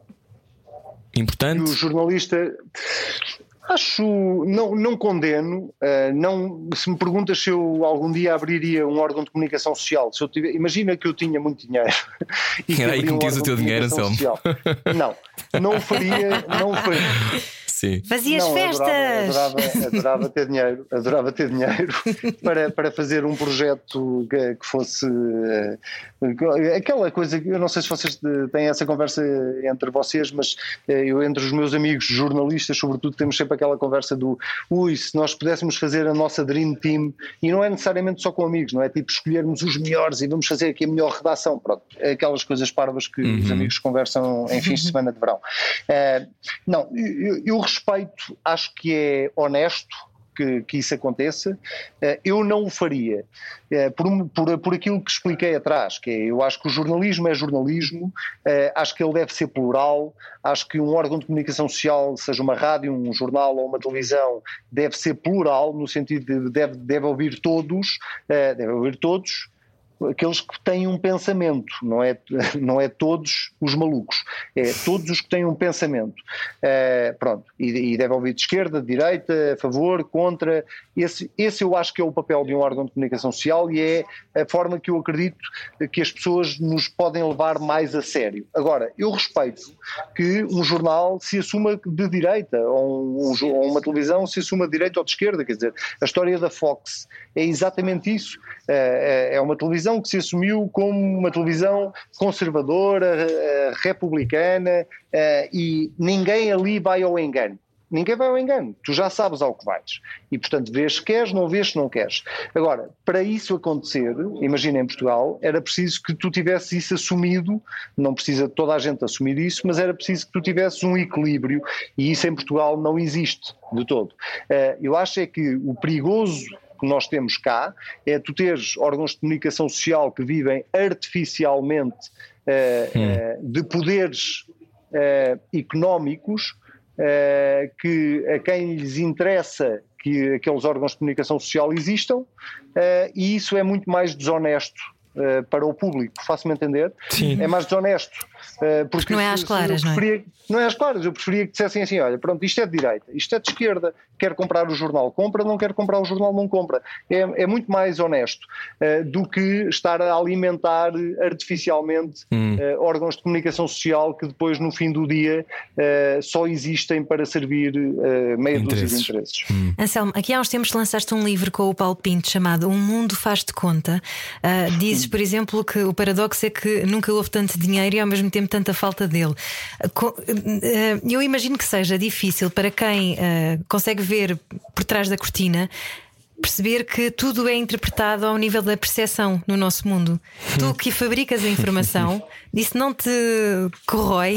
Speaker 2: Importante?
Speaker 5: E o jornalista... Acho, não condeno, se me perguntas se eu algum dia abriria um órgão de comunicação social, se eu imagina que eu tinha muito dinheiro
Speaker 2: e era aí que metias o teu dinheiro, Anselmo.
Speaker 5: Não o faria.
Speaker 2: Sim.
Speaker 3: Fazias festas!
Speaker 5: Adorava ter dinheiro para fazer um projeto que fosse aquela coisa que eu não sei se vocês têm essa conversa entre vocês, mas eu entre os meus amigos jornalistas sobretudo temos sempre aquela conversa do se nós pudéssemos fazer a nossa Dream Team, e não é necessariamente só com amigos, não é tipo escolhermos os melhores e vamos fazer aqui a melhor redação, pronto, aquelas coisas parvas que os amigos conversam em fins de semana de verão. Eu respeito, acho que é honesto que isso aconteça. Eu não o faria, por aquilo que expliquei atrás, que é, eu acho que o jornalismo é jornalismo, acho que ele deve ser plural, acho que um órgão de comunicação social, seja uma rádio, um jornal ou uma televisão, deve ser plural, no sentido de deve ouvir todos, aqueles que têm um pensamento, não é todos os malucos, é todos os que têm um pensamento. Pronto, e deve ouvir de esquerda, de direita, a favor, contra. Esse eu acho que é o papel de um órgão de comunicação social e é a forma que eu acredito que as pessoas nos podem levar mais a sério. Agora, eu respeito que um jornal se assuma de direita, ou uma televisão se assuma de direita ou de esquerda, quer dizer, a história da Fox é exatamente isso. É uma televisão que se assumiu como uma televisão conservadora, republicana, e ninguém ali vai ao engano. Ninguém vai ao engano, tu já sabes ao que vais. E, portanto, vês se queres, não vês se não queres. Agora, para isso acontecer, imagina em Portugal, era preciso que tu tivesses isso assumido, não precisa toda a gente assumir isso, mas era preciso que tu tivesses um equilíbrio, e isso em Portugal não existe de todo. Eu acho é que o perigoso que nós temos cá é tu teres órgãos de comunicação social que vivem artificialmente de poderes económicos, que a quem lhes interessa que aqueles órgãos de comunicação social existam, e isso é muito mais desonesto para o público, faço-me entender?
Speaker 2: Sim.
Speaker 5: É mais desonesto.
Speaker 3: Porque não é às claras, não é?
Speaker 5: Não é às claras, eu preferia que dissessem assim, olha, pronto, isto é de direita, isto é de esquerda, quer comprar o jornal, compra, não quer comprar o jornal, não compra. É muito mais honesto do que estar a alimentar artificialmente órgãos de comunicação social que depois, no fim do dia, só existem para servir meia dúzia de interesses.
Speaker 3: Anselmo, aqui há uns tempos lançaste um livro com o Paulo Pinto chamado Um Mundo Faz-te Conta. Dizes, por exemplo, que o paradoxo é que nunca houve tanto dinheiro e ao mesmo tempo tanta falta dele. Eu imagino que seja difícil para quem consegue ver por trás da cortina perceber que tudo é interpretado ao nível da percepção no nosso mundo. Tu que fabricas a informação, isso não te corrói?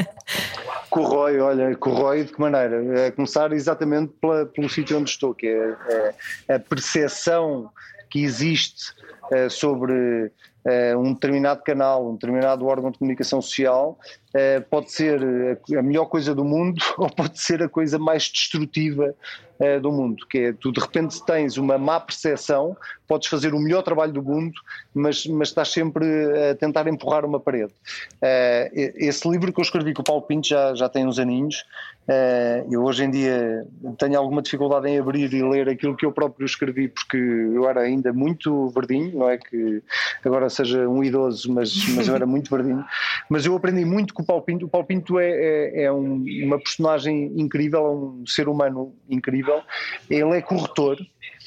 Speaker 5: Corrói de que maneira? A começar exatamente pelo sítio onde estou, que é a percepção que existe sobre um determinado canal, um determinado órgão de comunicação social, pode ser a melhor coisa do mundo ou pode ser a coisa mais destrutiva do mundo, que é, tu de repente tens uma má percepção, podes fazer o melhor trabalho do mundo, mas estás sempre a tentar empurrar uma parede. Esse livro que eu escrevi com o Paulo Pinto já tem uns aninhos. Eu hoje em dia tenho alguma dificuldade em abrir e ler aquilo que eu próprio escrevi, porque eu era ainda muito verdinho, não é que agora seja um idoso, mas eu era muito verdinho, mas eu aprendi muito com o Paulo Pinto. O Paulo Pinto é uma personagem incrível, é um ser humano incrível, ele é corretor.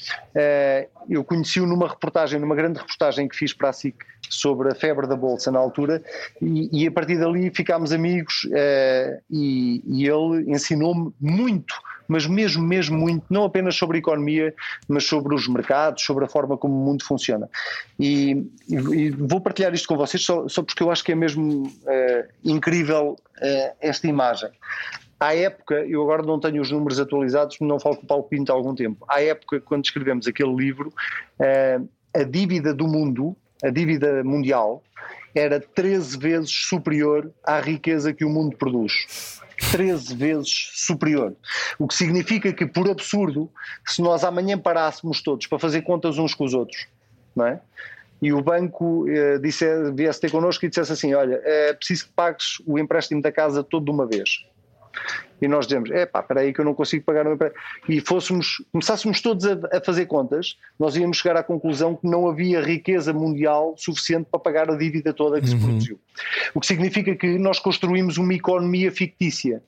Speaker 5: Eu conheci-o numa grande reportagem que fiz para a SIC sobre a febre da Bolsa na altura, e a partir dali ficámos amigos, e ele ensinou-me muito, mas mesmo muito, não apenas sobre a economia, mas sobre os mercados, sobre a forma como o mundo funciona. E vou partilhar isto com vocês só porque eu acho que é mesmo incrível esta imagem. À época, eu agora não tenho os números atualizados, não falo com o Paulo Pinto há algum tempo. À época, quando escrevemos aquele livro, a dívida do mundo, a dívida mundial, era 13 vezes superior à riqueza que o mundo produz. 13 vezes superior. O que significa que, por absurdo, se nós amanhã parássemos todos para fazer contas uns com os outros, não é? E o banco viesse ter connosco e dissesse assim, olha, é preciso que pagues o empréstimo da casa todo de uma vez. E nós dizemos, espera aí que eu não consigo pagar o empréstimo. E começássemos todos a fazer contas, nós íamos chegar à conclusão que não havia riqueza mundial suficiente para pagar a dívida toda que se produziu. O que significa que nós construímos uma economia fictícia.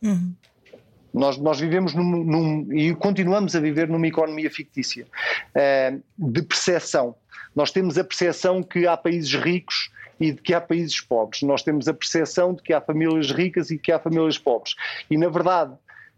Speaker 5: Nós vivemos e continuamos a viver numa economia fictícia, de percepção. Nós temos a percepção que há países ricos e de que há países pobres. Nós temos a percepção de que há famílias ricas e que há famílias pobres. E, na verdade,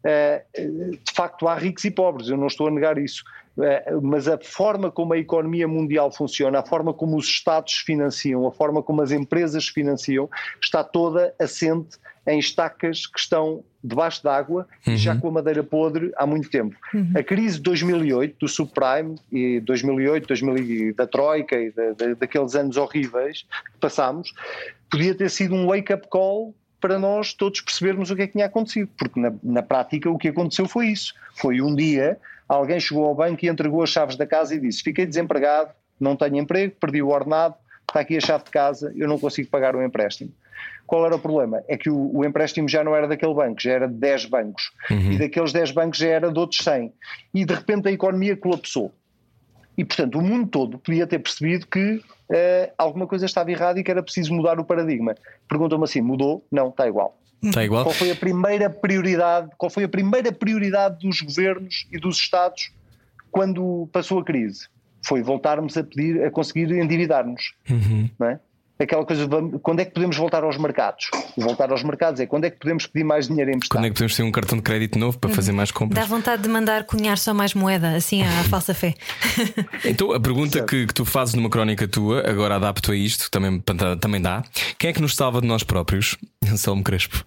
Speaker 5: de facto, há ricos e pobres, eu não estou a negar isso. Mas a forma como a economia mundial funciona, a forma como os Estados financiam, a forma como as empresas financiam, está toda assente em estacas que estão debaixo d'água e já com a madeira podre há muito tempo. A crise de 2008, do subprime, e 2008, da Troika e daqueles anos horríveis que passámos, podia ter sido um wake-up call para nós todos percebermos o que é que tinha acontecido, porque na prática o que aconteceu foi isso. Foi um dia, alguém chegou ao banco e entregou as chaves da casa e disse: fiquei desempregado, não tenho emprego, perdi o ordenado, está aqui a chave de casa, eu não consigo pagar o empréstimo. Qual era o problema? É que o empréstimo já não era daquele banco, já era de 10 bancos. E daqueles 10 bancos já era de outros 100. E de repente a economia colapsou. E portanto o mundo todo podia ter percebido que alguma coisa estava errada e que era preciso mudar o paradigma. Perguntam-me assim: mudou? Não, está igual.
Speaker 2: Está igual?
Speaker 5: Qual foi a primeira prioridade dos governos e dos Estados quando passou a crise? Foi voltarmos a conseguir endividar-nos, não é? Aquela coisa de quando é que podemos voltar aos mercados? Voltar aos mercados é quando é que podemos pedir mais dinheiro emprestado.
Speaker 2: Quando é que podemos ter um cartão de crédito novo para fazer mais compras?
Speaker 3: Dá vontade de mandar cunhar só mais moeda, assim à falsa fé.
Speaker 2: Então a pergunta que tu fazes numa crónica tua, agora adapto a isto, também dá: quem é que nos salva de nós próprios? Anselmo Crespo.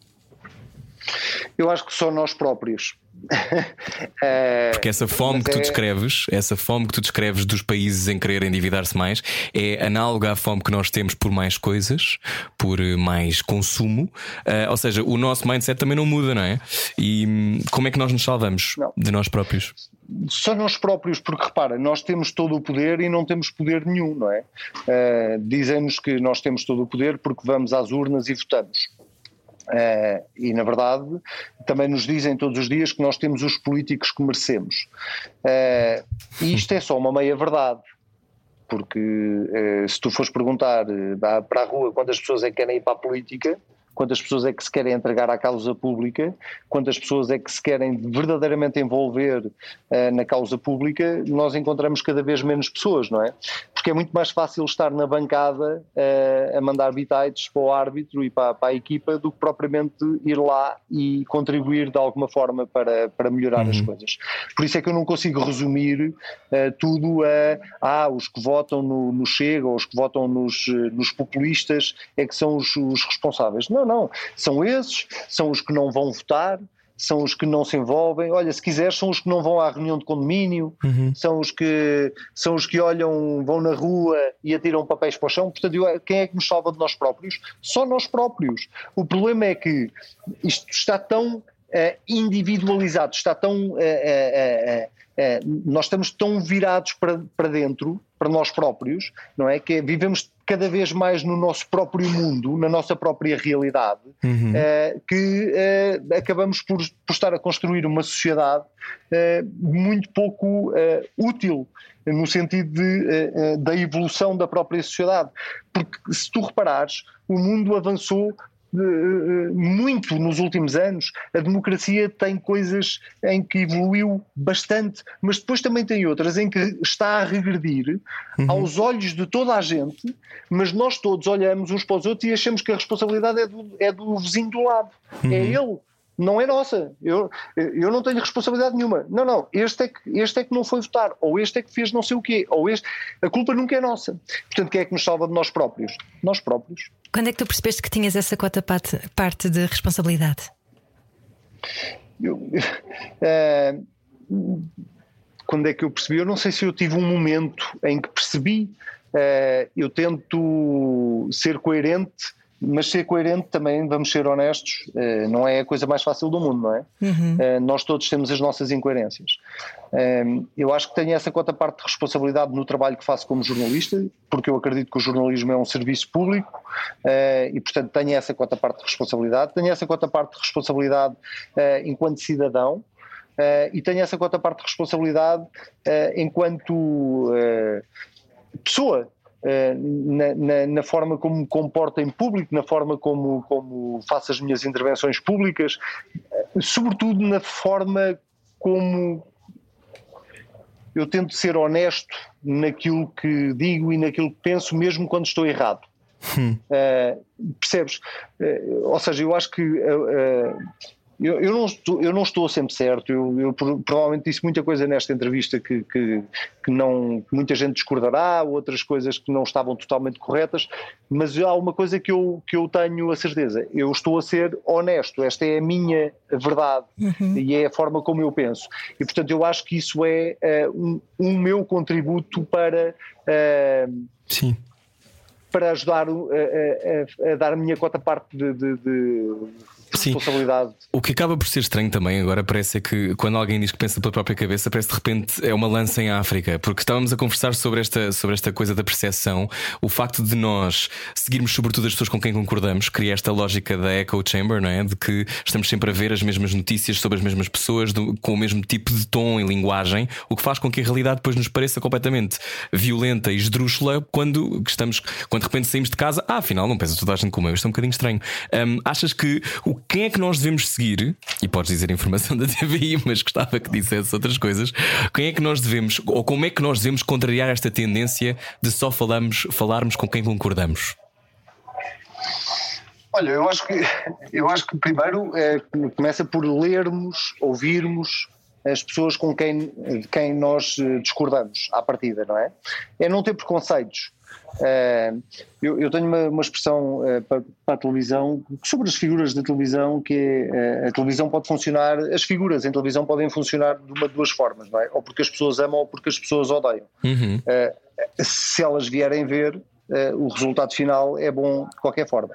Speaker 5: Eu acho que só nós próprios.
Speaker 2: Porque essa fome que tu descreves dos países em querer endividar-se mais é análoga à fome que nós temos por mais coisas, por mais consumo. Ou seja, o nosso mindset também não muda, não é? E como é que nós nos salvamos de nós próprios?
Speaker 5: Só nós próprios, porque repara, nós temos todo o poder e não temos poder nenhum, não é? Dizem-nos que nós temos todo o poder porque vamos às urnas e votamos. E na verdade também nos dizem todos os dias que nós temos os políticos que merecemos, e isto é só uma meia verdade, porque se tu fores perguntar para a rua quantas pessoas é que querem ir para a política, quantas pessoas é que se querem entregar à causa pública, quantas pessoas é que se querem verdadeiramente envolver na causa pública, nós encontramos cada vez menos pessoas, não é? Porque é muito mais fácil estar na bancada a mandar bitites para o árbitro e para a equipa do que propriamente ir lá e contribuir de alguma forma para melhorar as coisas. Por isso é que eu não consigo resumir tudo a os que votam no Chega ou os que votam nos populistas é que são os responsáveis. Não, são esses, são os que não vão votar, são os que não se envolvem. Olha, se quiseres, são os que não vão à reunião de condomínio, são os que olham, vão na rua e atiram papéis para o chão. Portanto, quem é que nos salva de nós próprios? Só nós próprios. O problema é que isto está tão individualizado, está tão nós estamos tão virados para dentro, para nós próprios, não é? Que vivemos cada vez mais no nosso próprio mundo, na nossa própria realidade, que acabamos por estar a construir uma sociedade muito pouco útil no sentido da evolução da própria sociedade. Porque se tu reparares, o mundo avançou muito nos últimos anos. A democracia tem coisas em que evoluiu bastante, mas depois também tem outras em que está a regredir aos olhos de toda a gente, mas nós todos olhamos uns para os outros e achamos que a responsabilidade é do vizinho do lado, é ele, não é nossa. Eu não tenho responsabilidade nenhuma. Não, este é que não foi votar, ou este é que fez não sei o quê, ou este. A culpa nunca é nossa. Portanto, quem é que nos salva de nós próprios? Nós próprios.
Speaker 3: Quando é que tu percebeste que tinhas essa cota parte de responsabilidade?
Speaker 5: Quando é que eu percebi? Eu não sei se eu tive um momento em que percebi. Eu tento ser coerente, mas ser coerente também, vamos ser honestos, não é a coisa mais fácil do mundo, não é? Nós todos temos as nossas incoerências. Eu acho que tenho essa cota parte de responsabilidade no trabalho que faço como jornalista, porque eu acredito que o jornalismo é um serviço público, e portanto tenho essa cota parte de responsabilidade, tenho essa cota parte de responsabilidade enquanto cidadão, e tenho essa cota parte de responsabilidade enquanto pessoa. Na forma como me comporto em público, na forma como faço as minhas intervenções públicas, sobretudo na forma como eu tento ser honesto naquilo que digo e naquilo que penso, mesmo quando estou errado. Percebes? Ou seja, eu acho que Eu não estou sempre certo. Eu provavelmente disse muita coisa nesta entrevista que muita gente discordará, outras coisas que não estavam totalmente corretas, mas há uma coisa que eu tenho a certeza: eu estou a ser honesto, esta é a minha verdade e é a forma como eu penso, e portanto eu acho que isso é um meu contributo para ajudar a dar a minha cota-parte de responsabilidade.
Speaker 2: O que acaba por ser estranho também agora parece que quando alguém diz que pensa pela própria cabeça, parece de repente é uma lança em África, porque estávamos a conversar sobre esta coisa da percepção. O facto de nós seguirmos sobretudo as pessoas com quem concordamos cria esta lógica da echo chamber, não é? De que estamos sempre a ver as mesmas notícias sobre as mesmas pessoas com o mesmo tipo de tom e linguagem, o que faz com que a realidade depois nos pareça completamente violenta e esdrúxula quando de repente saímos de casa, afinal não pensa toda a gente como eu. Isto é um bocadinho estranho. Achas que quem é que nós devemos seguir? E podes dizer a informação da TVI, mas gostava que dissesse outras coisas. Quem é que nós devemos, ou como é que nós devemos contrariar esta tendência de só falarmos com quem concordamos?
Speaker 5: Olha, eu acho que primeiro começa por lermos, ouvirmos as pessoas de quem nós discordamos à partida, não é? É não ter preconceitos. Eu tenho uma expressão para a televisão sobre as figuras da televisão, que é a televisão pode funcionar, as figuras em televisão podem funcionar de uma de duas formas, não é? Ou porque as pessoas amam ou porque as pessoas odeiam. Se elas vierem ver, o resultado final é bom de qualquer forma.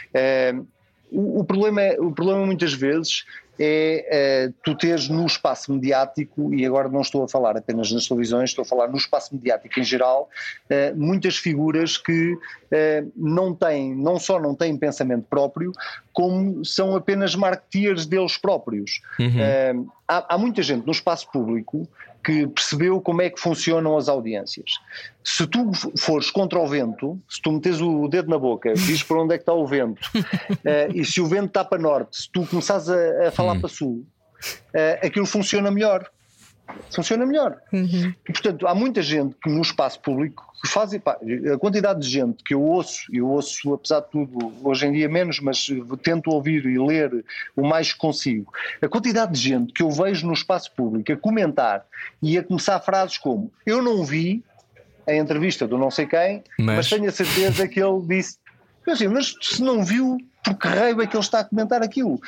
Speaker 5: O problema muitas vezes é tu teres no espaço mediático, e agora não estou a falar apenas nas televisões, estou a falar no espaço mediático em geral, muitas figuras que não só não têm pensamento próprio, como são apenas marketeers deles próprios. Há muita gente no espaço público que percebeu como é que funcionam as audiências. Se tu fores contra o vento, se tu metes o dedo na boca, dizes para onde é que está o vento, e se o vento está para norte, se tu começares a falar para sul, aquilo funciona melhor. Funciona melhor. E, portanto, há muita gente que no espaço público que faz, a quantidade de gente que eu ouço apesar de tudo, hoje em dia menos, mas tento ouvir e ler o mais que consigo. A quantidade de gente que eu vejo no espaço público a comentar e a começar frases como: eu não vi a entrevista do não sei quem, mas tenho a certeza que ele disse. Assim, mas se não viu, por que raio é que ele está a comentar aquilo?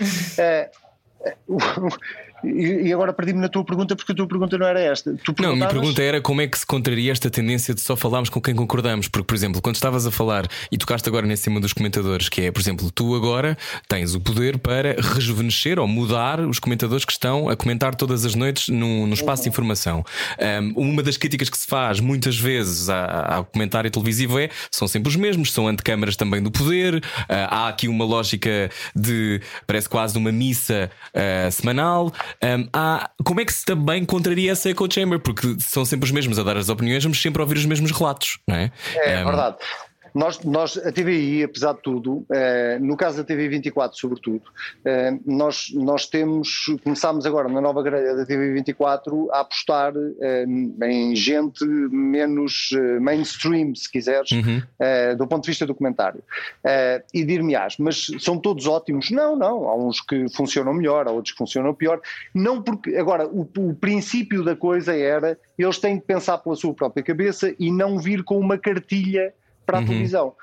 Speaker 5: E agora perdi-me na tua pergunta, porque a tua pergunta não era esta.
Speaker 2: Não, a minha pergunta era como é que se contraria esta tendência de só falarmos com quem concordamos. Porque, por exemplo, quando estavas a falar e tocaste agora nesse tema dos comentadores, que é, por exemplo, tu agora tens o poder para rejuvenescer ou mudar os comentadores que estão a comentar todas as noites no espaço de informação. Uma das críticas que se faz muitas vezes ao comentário televisivo são sempre os mesmos, são antecâmaras também do poder. Há aqui uma lógica parece quase uma missa semanal. Como é que se também contraria essa echo chamber? Porque são sempre os mesmos a dar as opiniões, vamos sempre ouvir os mesmos relatos, não é?
Speaker 5: É verdade. Nós, a TVI, apesar de tudo, no caso da TV 24 sobretudo, nós começámos agora na nova grelha da TV 24 a apostar em gente menos mainstream, se quiseres, do ponto de vista do comentário. E dir-me-ás, mas são todos ótimos? Não, há uns que funcionam melhor, há outros que funcionam pior. Não porque, agora, o princípio da coisa era, eles têm que pensar pela sua própria cabeça e não vir com uma cartilha para a televisão.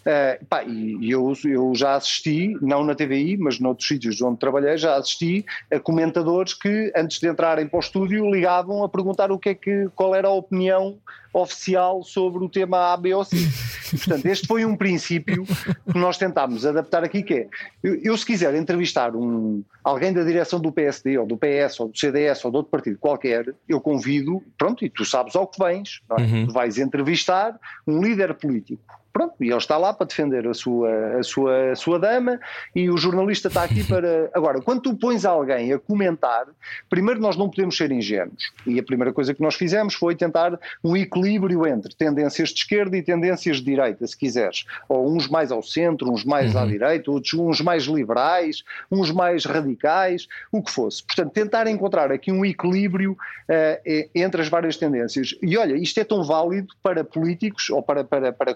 Speaker 5: E eu já assisti, não na TVI, mas noutros sítios onde trabalhei, já assisti a comentadores que, antes de entrarem para o estúdio, ligavam a perguntar qual era a opinião oficial sobre o tema A, B ou C. E, portanto, este foi um princípio que nós tentámos adaptar aqui, que é, eu se quiser entrevistar alguém da direção do PSD, ou do PS, ou do CDS, ou de outro partido qualquer, eu convido, pronto, e tu sabes ao que vens, não é? Tu vais entrevistar um líder político. Pronto, e ele está lá para defender a sua dama, e o jornalista está aqui para... Agora, quando tu pões alguém a comentar, primeiro nós não podemos ser ingênuos, e a primeira coisa que nós fizemos foi tentar um equilíbrio entre tendências de esquerda e tendências de direita, se quiseres, ou uns mais ao centro, uns mais à direita, outros uns mais liberais, uns mais radicais, o que fosse. Portanto, tentar encontrar aqui um equilíbrio entre as várias tendências. E olha, isto é tão válido para políticos ou para comentadores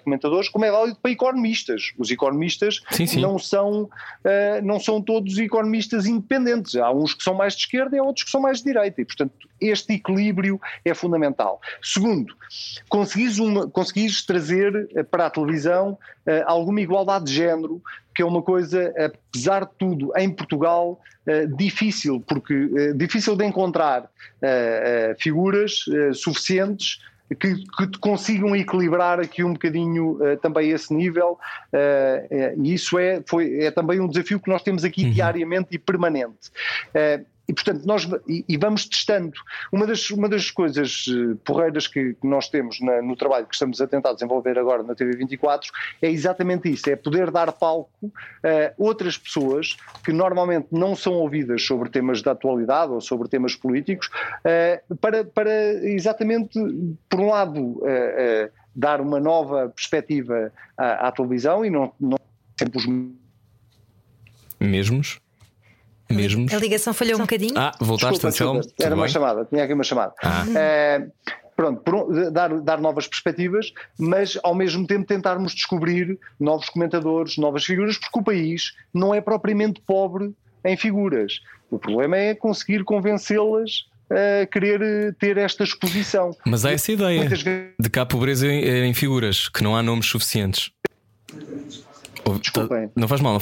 Speaker 5: como é válido para economistas. Os economistas não são todos economistas independentes. Há uns que são mais de esquerda e há outros que são mais de direita. E, portanto, este equilíbrio é fundamental. Segundo, conseguires trazer para a televisão alguma igualdade de género, que é uma coisa, apesar de tudo, em Portugal, difícil, porque difícil de encontrar figuras suficientes que te consigam equilibrar aqui um bocadinho também esse nível, e isso é também um desafio que nós temos aqui diariamente e permanente. E, portanto, nós vamos testando. Uma das coisas porreiras que nós temos no trabalho que estamos a tentar desenvolver agora na TV24 é exatamente isso, é poder dar palco a outras pessoas que normalmente não são ouvidas sobre temas de atualidade ou sobre temas políticos, para exatamente, por um lado, dar uma nova perspectiva à televisão e não sempre os mesmos.
Speaker 3: A ligação falhou um bocadinho.
Speaker 2: Voltaste, Anselmo?
Speaker 5: Era uma chamada, tinha aqui uma chamada. Pronto, dar novas perspectivas, mas ao mesmo tempo tentarmos descobrir novos comentadores, novas figuras, porque o país não é propriamente pobre em figuras. O problema é conseguir convencê-las a querer ter esta exposição.
Speaker 2: Mas há essa ideia de que há pobreza em figuras, que não há nomes suficientes.
Speaker 5: Desculpem.
Speaker 2: Não faz mal.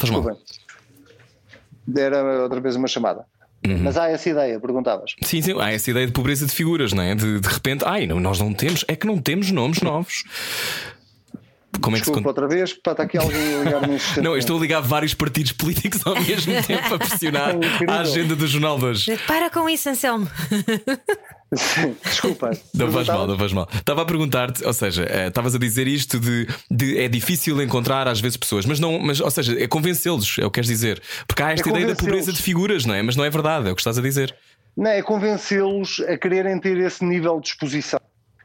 Speaker 5: Era outra vez uma chamada. Mas há essa ideia, perguntavas.
Speaker 2: Sim, há essa ideia de pobreza de figuras, não é? De repente, nós não temos, é que não temos nomes novos. Como é que
Speaker 5: Desculpa, outra vez, está aqui alguém a ligar-me.
Speaker 2: Não, eu estou a ligar vários partidos políticos ao mesmo tempo a pressionar a agenda do Jornal de hoje.
Speaker 3: Para com isso, Anselmo.
Speaker 5: Desculpa.
Speaker 2: Não faz mal. Estava a perguntar-te, ou seja, estavas a dizer isto de é difícil encontrar às vezes pessoas, ou seja, é convencê-los, é o que queres dizer. Porque há esta ideia da pobreza de figuras, não é? Mas não é verdade, é o que estás a dizer.
Speaker 5: Não, é convencê-los a quererem ter esse nível de exposição.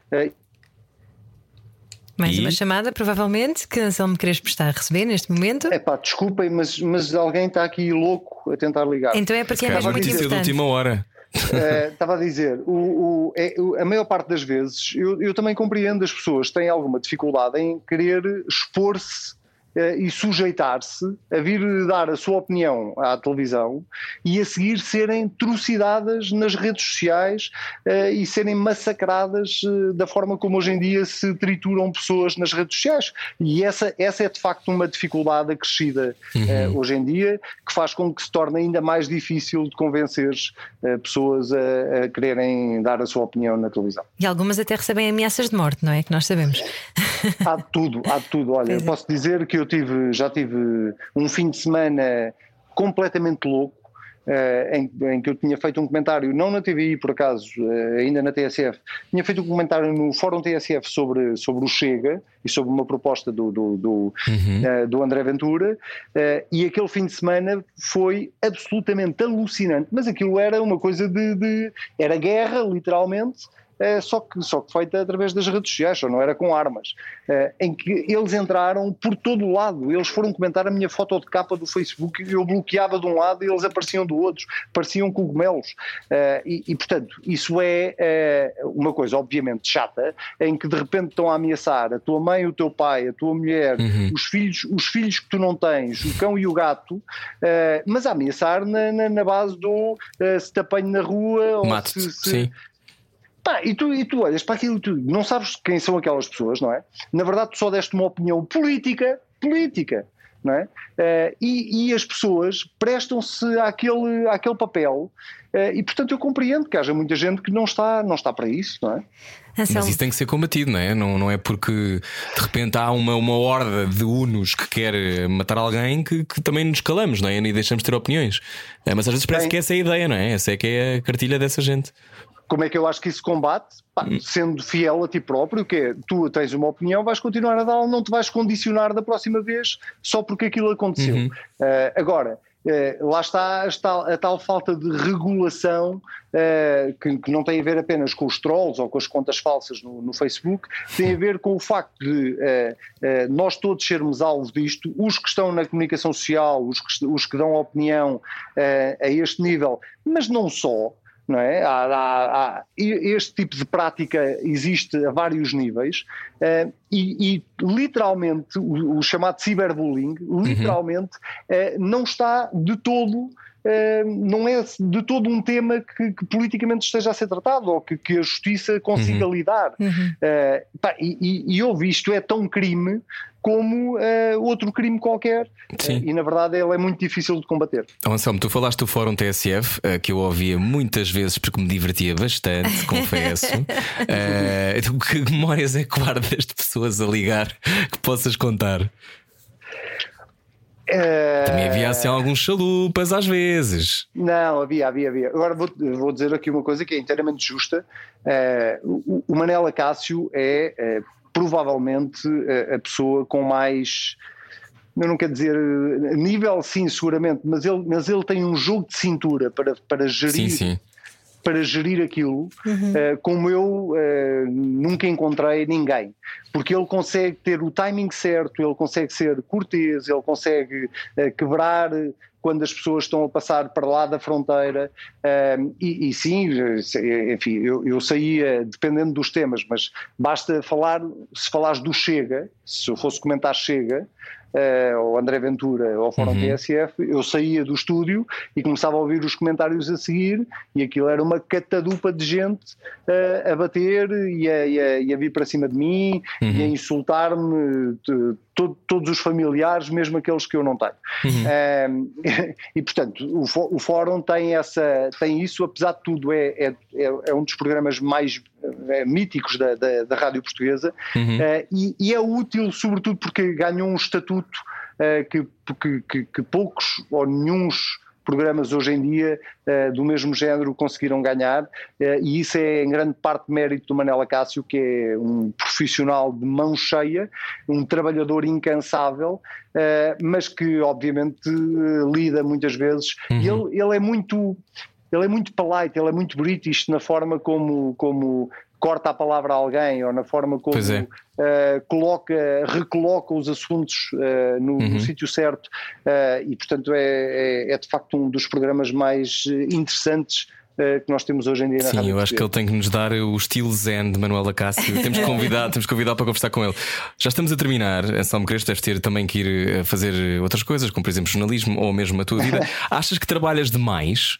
Speaker 3: Mais uma chamada, provavelmente, que Anselmo Crespo está a receber neste momento.
Speaker 5: Desculpem, mas alguém está aqui louco a tentar ligar.
Speaker 3: Então é porque é mesmo muito importante.
Speaker 2: Da última hora.
Speaker 5: Estava a dizer, a maior parte das vezes eu também compreendo as pessoas que têm alguma dificuldade em querer expor-se e sujeitar-se a vir dar a sua opinião à televisão e a seguir serem trucidadas nas redes sociais e serem massacradas da forma como hoje em dia se trituram pessoas nas redes sociais. E essa é de facto uma dificuldade acrescida hoje em dia, que faz com que se torne ainda mais difícil de convencer pessoas a quererem dar a sua opinião na televisão.
Speaker 3: E algumas até recebem ameaças de morte, não é? Que nós sabemos.
Speaker 5: Há de tudo. Olha, posso dizer que eu já tive um fim de semana completamente louco, em que eu tinha feito um comentário, não na TVI por acaso, ainda na TSF, tinha feito um comentário no Fórum TSF sobre o Chega e sobre uma proposta do André Ventura, e aquele fim de semana foi absolutamente alucinante, mas aquilo era uma coisa era guerra, literalmente. Só que feita através das redes sociais, só não era com armas, em que eles entraram por todo o lado. Eles foram comentar a minha foto de capa do Facebook, eu bloqueava de um lado e eles apareciam do outro, pareciam cogumelos, e portanto isso é uma coisa obviamente chata, em que de repente estão a ameaçar a tua mãe, o teu pai, a tua mulher, os filhos que tu não tens, o cão e o gato, mas a ameaçar na base do se te apanho na rua ou
Speaker 2: sim.
Speaker 5: E tu olhas para aquilo, tu não sabes quem são aquelas pessoas, não é? Na verdade tu só deste uma opinião política, não é? E as pessoas prestam-se àquele papel, e portanto eu compreendo que haja muita gente que não está para isso, não é?
Speaker 2: Mas isso tem que ser combatido, não é? Não é porque de repente há uma horda de unos que quer matar alguém que também nos calamos, não é? E deixamos de ter opiniões. Mas às vezes parece que essa é a ideia, não é? Essa é que é a cartilha dessa gente.
Speaker 5: Como é que eu acho que isso combate? Sendo fiel a ti próprio, que é, tu tens uma opinião, vais continuar a dar, não te vais condicionar da próxima vez só porque aquilo aconteceu. Agora, lá está a tal falta de regulação, que não tem a ver apenas com os trolls ou com as contas falsas no Facebook, tem a ver com o facto de nós todos sermos alvo disto, os que estão na comunicação social, os que dão opinião a este nível, mas não só. Não é? Este tipo de prática existe a vários níveis, E literalmente o chamado ciberbullying literalmente não está de todo, não é de todo um tema que politicamente esteja a ser tratado ou que a justiça consiga lidar. E houve, isto é tão crime como outro crime qualquer, e na verdade ele é muito difícil de combater.
Speaker 2: Anselmo, tu falaste do Fórum TSF, que eu ouvia muitas vezes porque me divertia bastante, confesso. Que memórias é que guardas de pessoas a ligar que possas contar? Também havia assim alguns chalupas às vezes.
Speaker 5: Não, havia. Agora vou dizer aqui uma coisa que é inteiramente justa. O Manel Acácio é provavelmente a pessoa com mais, eu não quero dizer nível, sim, seguramente, mas ele tem um jogo de cintura para gerir. Sim. Para gerir aquilo, como eu nunca encontrei ninguém, porque ele consegue ter o timing certo, ele consegue ser cortês, ele consegue quebrar quando as pessoas estão a passar para lá da fronteira, e sim, enfim, eu saía dependendo dos temas, mas basta falar, se falares do Chega, se eu fosse comentar Chega, ou André Ventura ou Fórum TSF, eu saía do estúdio e começava a ouvir os comentários a seguir, e aquilo era uma catadupa de gente a bater e a vir para cima de mim e a insultar-me, todos os familiares, mesmo aqueles que eu não tenho. E portanto o Fórum tem isso, apesar de tudo é um dos programas mais míticos da rádio portuguesa, e é útil sobretudo porque ganhou um estatuto que poucos ou nenhuns programas hoje em dia do mesmo género conseguiram ganhar, e isso é em grande parte mérito do Manel Acácio, que é um profissional de mão cheia, um trabalhador incansável, mas que obviamente lida muitas vezes, e ele é muito polite, ele é muito British na forma como corta a palavra a alguém, ou na forma como recoloca os assuntos no sítio certo, e portanto é de facto um dos programas mais interessantes que nós temos hoje em dia na rádio.
Speaker 2: Sim, eu acho que ele tem que nos dar o estilo zen de Manuel Acácio. Temos que convidar para conversar com ele. Já estamos a terminar. Anselmo Crespo, deves ter também que ir fazer outras coisas, como por exemplo jornalismo ou mesmo a tua vida. Achas que trabalhas demais?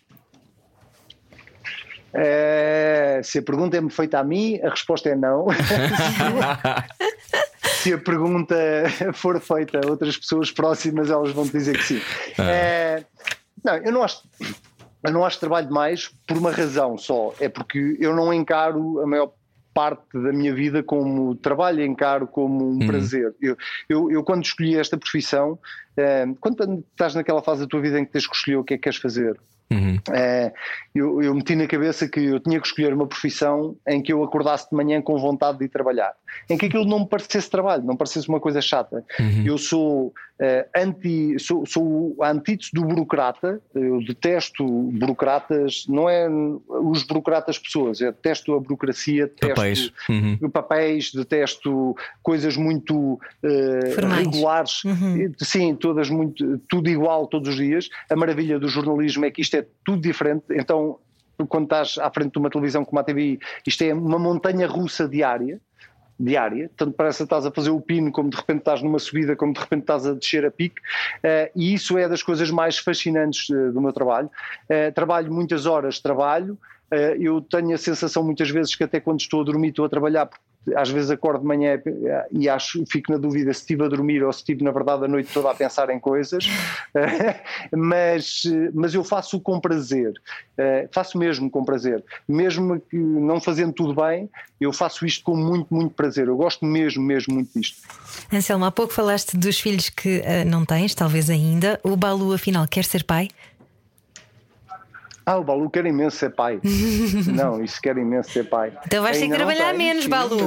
Speaker 5: Se a pergunta é-me feita a mim, a resposta é não. Se a pergunta for feita a outras pessoas próximas, elas vão dizer que sim. Não, eu não acho que trabalho demais por uma razão só. É porque eu não encaro a maior parte da minha vida como trabalho, encaro como um prazer. Eu quando escolhi esta profissão, quando estás naquela fase da tua vida em que tens que escolher o que é que queres fazer, eu meti na cabeça que eu tinha que escolher uma profissão em que eu acordasse de manhã com vontade de ir trabalhar, em que aquilo não me parecesse trabalho, não parecesse uma coisa chata. Eu sou a antítese do burocrata. Eu detesto burocratas, não é os burocratas pessoas, eu detesto a burocracia, detesto papéis, detesto coisas muito regulares, sim, todas muito, tudo igual todos os dias. A maravilha do jornalismo é que isto é tudo diferente, então quando estás à frente de uma televisão como a TVI, isto é uma montanha russa diária, tanto parece que estás a fazer o pino, como de repente estás numa subida, como de repente estás a descer a pique, e isso é das coisas mais fascinantes do meu trabalho. Trabalho muitas horas, eu tenho a sensação muitas vezes que até quando estou a dormir estou a trabalhar, porque às vezes acordo de manhã e fico na dúvida se estive a dormir ou se estive na verdade a noite toda a pensar em coisas, mas eu faço com prazer, faço mesmo com prazer, mesmo que não fazendo tudo bem, eu faço isto com muito, muito prazer. Eu gosto mesmo muito disto.
Speaker 3: Anselmo, há pouco falaste dos filhos que não tens, talvez ainda. O Balu afinal quer ser pai?
Speaker 5: O Balu quer imenso ser pai. Não, isso quer imenso ser pai.
Speaker 3: Então vais ter que trabalhar menos, Balu.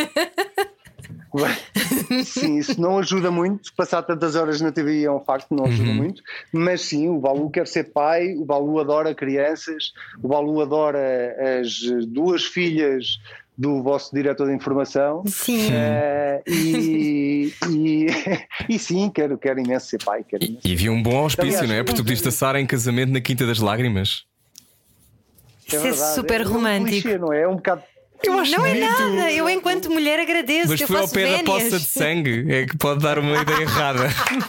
Speaker 5: Sim, isso não ajuda muito. Passar tantas horas na TV é um facto, não ajuda muito. Mas sim, o Balu quer ser pai. O Balu adora crianças. O Balu adora as duas filhas do vosso diretor de informação.
Speaker 3: Sim.
Speaker 5: E sim, quero imenso ser pai.
Speaker 2: E viu um bom auspício, não é? Porque tu pediste a Sara em casamento na Quinta das Lágrimas.
Speaker 3: Isso é super romântico.
Speaker 5: Clichê, não é? É um bocado.
Speaker 2: Eu acho
Speaker 3: não
Speaker 2: bonito.
Speaker 3: É nada. Eu, enquanto mulher, agradeço.
Speaker 2: Mas
Speaker 3: que
Speaker 2: foi
Speaker 3: eu
Speaker 2: ao
Speaker 3: faço
Speaker 2: pé da
Speaker 3: vénias.
Speaker 2: poça de sangue. É que pode dar uma ideia errada.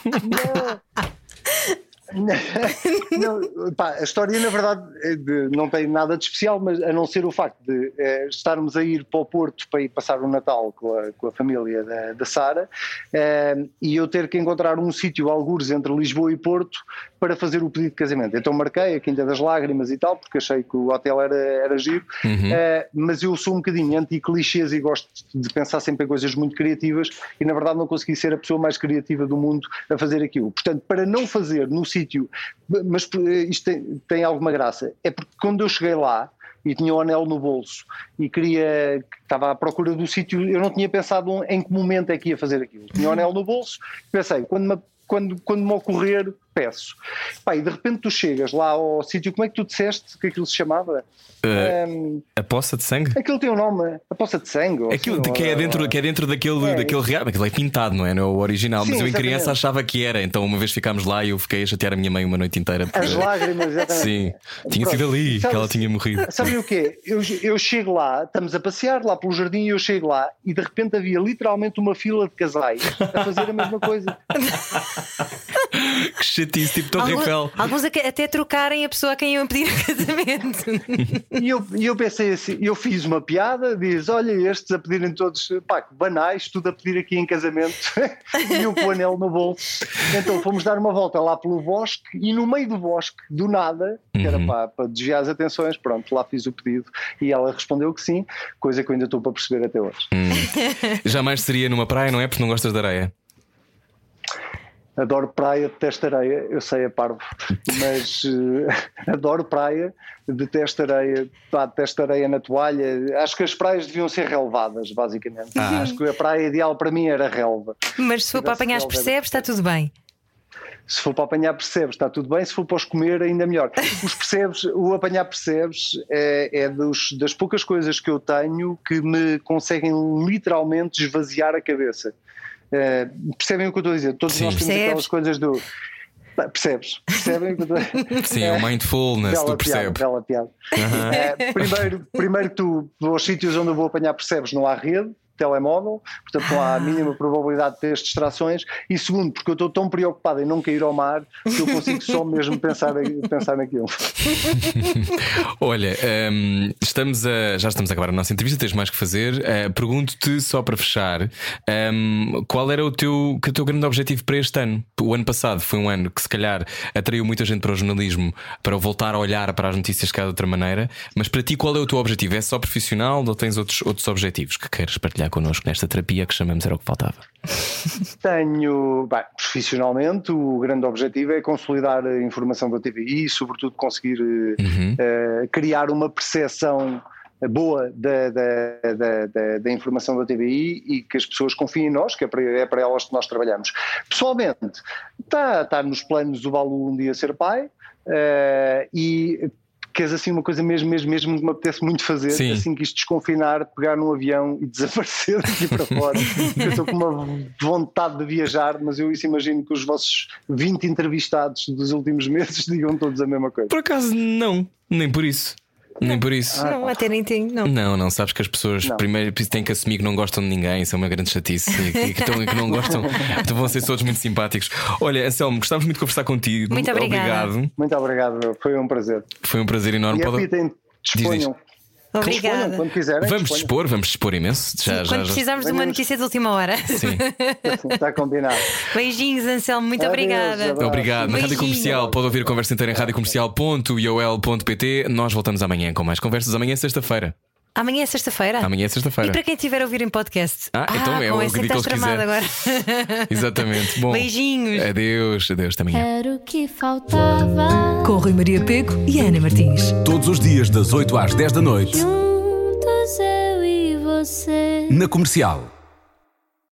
Speaker 5: Não, pá, a história na verdade não tem nada de especial, mas a não ser o facto de estarmos a ir para o Porto para ir passar o Natal com a família da Sara, e eu ter que encontrar um sítio, algures entre Lisboa e Porto, para fazer o pedido de casamento. Então marquei a Quinta das Lágrimas e tal, porque achei que o hotel era giro, mas eu sou um bocadinho anti-clichês e gosto de pensar sempre em coisas muito criativas, e na verdade não consegui ser a pessoa mais criativa do mundo a fazer aquilo. Portanto, para não fazer no sítio, mas isto tem alguma graça, é porque quando eu cheguei lá e tinha o anel no bolso e estava à procura do sítio, eu não tinha pensado em que momento é que ia fazer aquilo. Tinha o anel no bolso, pensei, quando me ocorrer, peço. Pá, e de repente tu chegas lá ao sítio, como é que tu disseste que aquilo se chamava?
Speaker 2: A poça de sangue?
Speaker 5: Aquilo tem um nome, a poça de sangue.
Speaker 2: Aquilo assim, que é dentro daquele real, aquilo é pintado, não é? Não é o original. Sim, mas eu em criança achava que era, então uma vez ficámos lá e eu fiquei a chatear a minha mãe uma noite inteira.
Speaker 5: As lágrimas, exatamente.
Speaker 2: Sim, tinha sido ali que ela tinha morrido.
Speaker 5: Sabe o quê? Eu chego lá, estamos a passear lá pelo jardim e eu chego lá e de repente havia literalmente uma fila de casais a fazer a mesma coisa.
Speaker 2: Que chatice, tipo Torre Eiffel.
Speaker 3: Alguns até trocarem a pessoa a quem iam pedir casamento.
Speaker 5: E eu pensei assim, eu fiz uma piada, diz, olha, estes a pedirem todos, pá, banais, tudo a pedir aqui em casamento, e eu com o anel no bolso. Então fomos dar uma volta lá pelo bosque, e no meio do bosque, do nada, que era para desviar as atenções, pronto, lá fiz o pedido, e ela respondeu que sim, coisa que eu ainda estou para perceber até hoje.
Speaker 2: Jamais seria numa praia, não é? Porque não gostas de areia.
Speaker 5: Adoro praia, detesto areia, eu sei, é parvo, mas adoro praia, detesto areia na toalha. Acho que as praias deviam ser relevadas, basicamente. Acho que a praia ideal para mim era relva.
Speaker 3: Mas se for para apanhar os percebes, está tudo bem.
Speaker 5: Se for para apanhar percebes, está tudo bem. Se for para os comer, ainda melhor. Os percebes, o apanhar percebes é das poucas coisas que eu tenho que me conseguem literalmente esvaziar a cabeça. Percebem o que eu estou a dizer? Todos nós temos aquelas coisas do... Percebem o que eu estou a dizer?
Speaker 2: Sim, é o mindfulness do percebe.
Speaker 5: Bela piada. Primeiro tu, aos sítios onde eu vou apanhar percebes, não há rede, telemóvel, portanto não há a mínima probabilidade de ter distrações, e segundo, porque eu estou tão preocupado em não cair ao mar que eu consigo só mesmo pensar naquilo.
Speaker 2: Olha, já estamos a acabar a nossa entrevista, tens mais que fazer. Pergunto-te só para fechar, qual era o teu grande objetivo para este ano? O ano passado foi um ano que se calhar atraiu muita gente para o jornalismo, para voltar a olhar para as notícias de outra maneira, mas para ti qual é o teu objetivo? É só profissional ou tens outros objetivos que queiras partilhar connosco nesta terapia que chamamos Era o que Faltava?
Speaker 5: Profissionalmente o grande objetivo é consolidar a informação da TVI e sobretudo conseguir criar uma percepção boa da informação da TVI e que as pessoas confiem em nós, que é para elas que nós trabalhamos. Pessoalmente, está nos planos o Balu um dia ser pai, e queres assim uma coisa mesmo que me apetece muito fazer. Sim. Assim que isto desconfinar, pegar num avião e desaparecer daqui para fora. Eu estou com uma vontade de viajar, mas eu imagino que os vossos 20 entrevistados dos últimos meses digam todos a mesma coisa.
Speaker 2: Por acaso não, nem por isso. Nem por isso.
Speaker 3: Não, até nem tenho.
Speaker 2: Não, sabes que as pessoas primeiro têm que assumir que não gostam de ninguém, isso é uma grande chatice. E que não gostam, então vão ser todos muito simpáticos. Olha, Anselmo, gostávamos muito de conversar contigo.
Speaker 3: Muito obrigado.
Speaker 5: Muito obrigado, foi um prazer.
Speaker 2: Foi um prazer enorme.
Speaker 5: Disponham.
Speaker 3: Obrigada.
Speaker 5: Quando quiserem,
Speaker 2: vamos dispor imenso.
Speaker 3: Quando precisarmos de uma notícia de última hora.
Speaker 2: Sim.
Speaker 5: Está combinado.
Speaker 3: Beijinhos, Anselmo, muito obrigada.
Speaker 2: Obrigado. Na Rádio Comercial, pode ouvir a conversa inteira em radiocomercial.iol.pt. Nós voltamos amanhã com mais conversas. Amanhã é sexta-feira.
Speaker 3: Amanhã é sexta-feira?
Speaker 2: Amanhã é sexta-feira.
Speaker 3: E para quem estiver a ouvir em podcast?
Speaker 2: Então é o que eles quiserem agora. Exatamente. Bom,
Speaker 3: beijinhos.
Speaker 2: Adeus, até amanhã.
Speaker 1: Era o que faltava.
Speaker 6: Com Rui Maria Pego e Ana Martins.
Speaker 4: Todos os dias das 8 às 10 da noite.
Speaker 1: Juntos eu e você.
Speaker 4: Na Comercial.